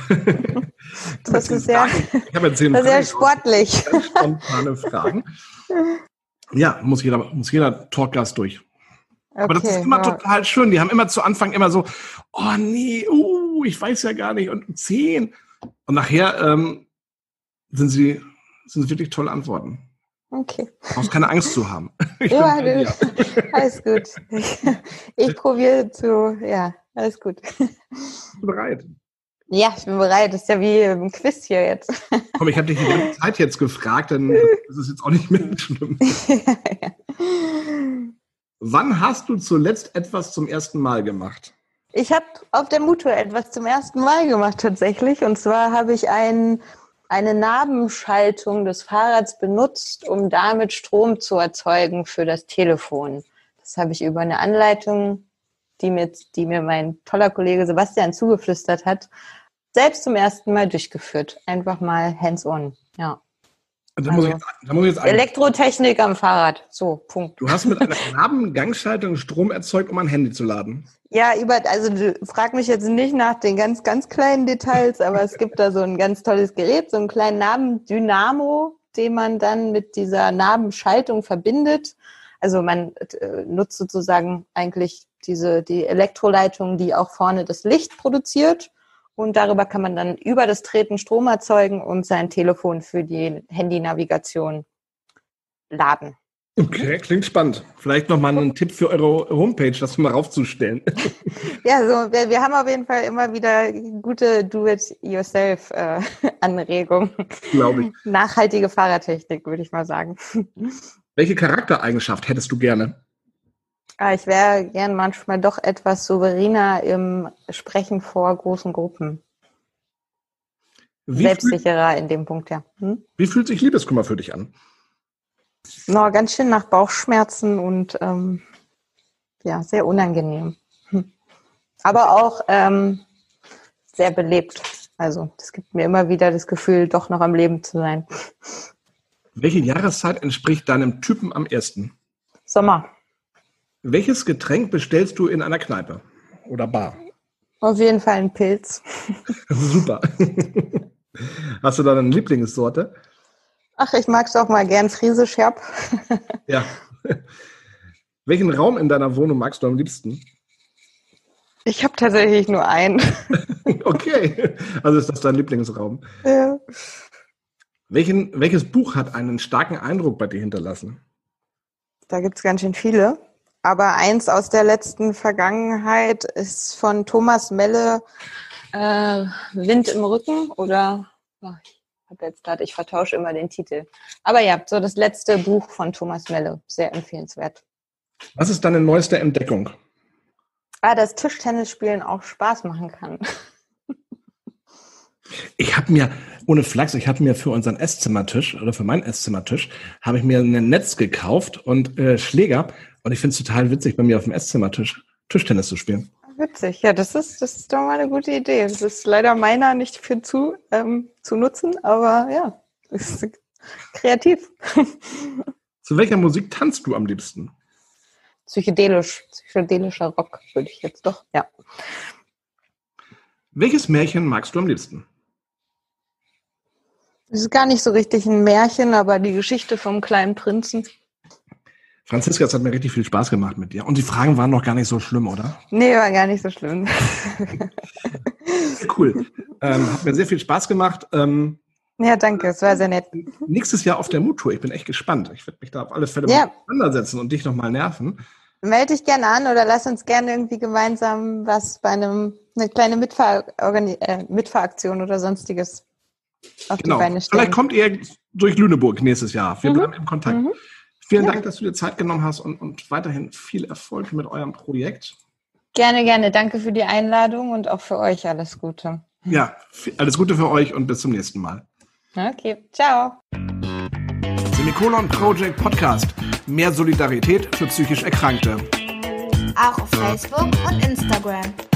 Das ist sehr, ich habe ja zehn das ist sehr Fragen sportlich. Ganz spontane Fragen. Ja, muss jeder, muss jeder Talkgast durch. Okay, aber das ist immer ja. total schön. Die haben immer zu Anfang immer so, oh nee, uh, ich weiß ja gar nicht. Und zehn. Und nachher ähm, sind sie, sind es wirklich tolle Antworten. Okay. Du brauchst keine Angst zu haben. Ich ja, du, alles gut. Ich, ich probiere zu, ja, alles gut. Bist du bereit? Ja, ich bin bereit. Das ist ja wie ein Quiz hier jetzt. Komm, ich habe dich die ganze Zeit jetzt gefragt, dann ist es jetzt auch nicht mehr schlimm. Ja, ja. Wann hast du zuletzt etwas zum ersten Mal gemacht? Ich habe auf der Mutur etwas zum ersten Mal gemacht tatsächlich. Und zwar habe ich ein, eine Nabenschaltung des Fahrrads benutzt, um damit Strom zu erzeugen für das Telefon. Das habe ich über eine Anleitung, die mir, die mir mein toller Kollege Sebastian zugeflüstert hat, selbst zum ersten Mal durchgeführt. Einfach mal hands-on, ja. Da muss, also, ich, da muss ich jetzt Elektrotechnik am Fahrrad, so, Punkt. Du hast mit einer Nabengangschaltung Strom erzeugt, um ein Handy zu laden? Ja, über, also du frag mich jetzt nicht nach den ganz, ganz kleinen Details, aber es gibt da so ein ganz tolles Gerät, so einen kleinen Nabendynamo, den man dann mit dieser Nabenschaltung verbindet. Also man äh, nutzt sozusagen eigentlich diese die Elektroleitung, die auch vorne das Licht produziert. Und darüber kann man dann über das Treten Strom erzeugen und sein Telefon für die Handynavigation laden. Okay, klingt spannend. Vielleicht nochmal einen Tipp für eure Homepage, das mal raufzustellen. Ja, so wir, wir haben auf jeden Fall immer wieder gute Do-it-yourself-Anregungen. Glaube ich. Nachhaltige Fahrradtechnik, würde ich mal sagen. Welche Charaktereigenschaft hättest du gerne? Ich wäre gern manchmal doch etwas souveräner im Sprechen vor großen Gruppen. Wie Selbstsicherer fühl- in dem Punkt, ja. Hm? Wie fühlt sich Liebeskummer für dich an? No, ganz schön nach Bauchschmerzen und ähm, ja, sehr unangenehm. Hm. Aber auch ähm, sehr belebt. Also das gibt mir immer wieder das Gefühl, doch noch am Leben zu sein. Welche Jahreszeit entspricht deinem Typen am ersten? Sommer. Welches Getränk bestellst du in einer Kneipe oder Bar? Auf jeden Fall ein Pilz. Super. Hast du da eine Lieblingssorte? Ach, ich mag es auch mal gern friesisch herb. Ja. Welchen Raum in deiner Wohnung magst du am liebsten? Ich habe tatsächlich nur einen. Okay, also ist das dein Lieblingsraum? Ja. Welchen, welches Buch hat einen starken Eindruck bei dir hinterlassen? Da gibt es ganz schön viele. Aber eins aus der letzten Vergangenheit ist von Thomas Melle, äh, Wind im Rücken oder, oh, ich habe jetzt gerade, ich vertausche immer den Titel. Aber ja, so das letzte Buch von Thomas Melle, sehr empfehlenswert. Was ist deine neueste Entdeckung? Ah, dass Tischtennisspielen auch Spaß machen kann. Ich habe mir, ohne Flachs, ich habe mir für unseren Esszimmertisch oder für meinen Esszimmertisch, habe ich mir ein Netz gekauft und äh, Schläger. Und ich finde es total witzig, bei mir auf dem Esszimmertisch Tischtennis zu spielen. Witzig. Ja, das ist, das ist doch mal eine gute Idee. Das ist leider meiner nicht für zu, ähm, zu nutzen, aber ja, ist kreativ. Zu welcher Musik tanzt du am liebsten? Psychedelisch, psychedelischer Rock, würde ich jetzt doch, ja. Welches Märchen magst du am liebsten? Es ist gar nicht so richtig ein Märchen, aber die Geschichte vom kleinen Prinzen. Franziska, es hat mir richtig viel Spaß gemacht mit dir. Und die Fragen waren noch gar nicht so schlimm, oder? Nee, war gar nicht so schlimm. Cool. Ähm, hat mir sehr viel Spaß gemacht. Ähm, ja, danke, es war sehr nett. Nächstes Jahr auf der Mut-Tour. Ich bin echt gespannt. Ich werde mich da auf alle Fälle ja. mal auseinandersetzen und dich nochmal nerven. Melde dich gerne an oder lass uns gerne irgendwie gemeinsam was bei einem, eine kleine Mitfahr- äh, Mitfahraktion oder sonstiges auf genau. die Beine stellen. Vielleicht kommt ihr durch Lüneburg nächstes Jahr. Wir mhm. bleiben im Kontakt. Mhm. Vielen ja. Dank, dass du dir Zeit genommen hast und, und weiterhin viel Erfolg mit eurem Projekt. Gerne, gerne. Danke für die Einladung und auch für euch alles Gute. Ja, alles Gute für euch und bis zum nächsten Mal. Okay, ciao. Semikolon Project Podcast. Mehr Solidarität für psychisch Erkrankte. Auch auf Facebook und Instagram.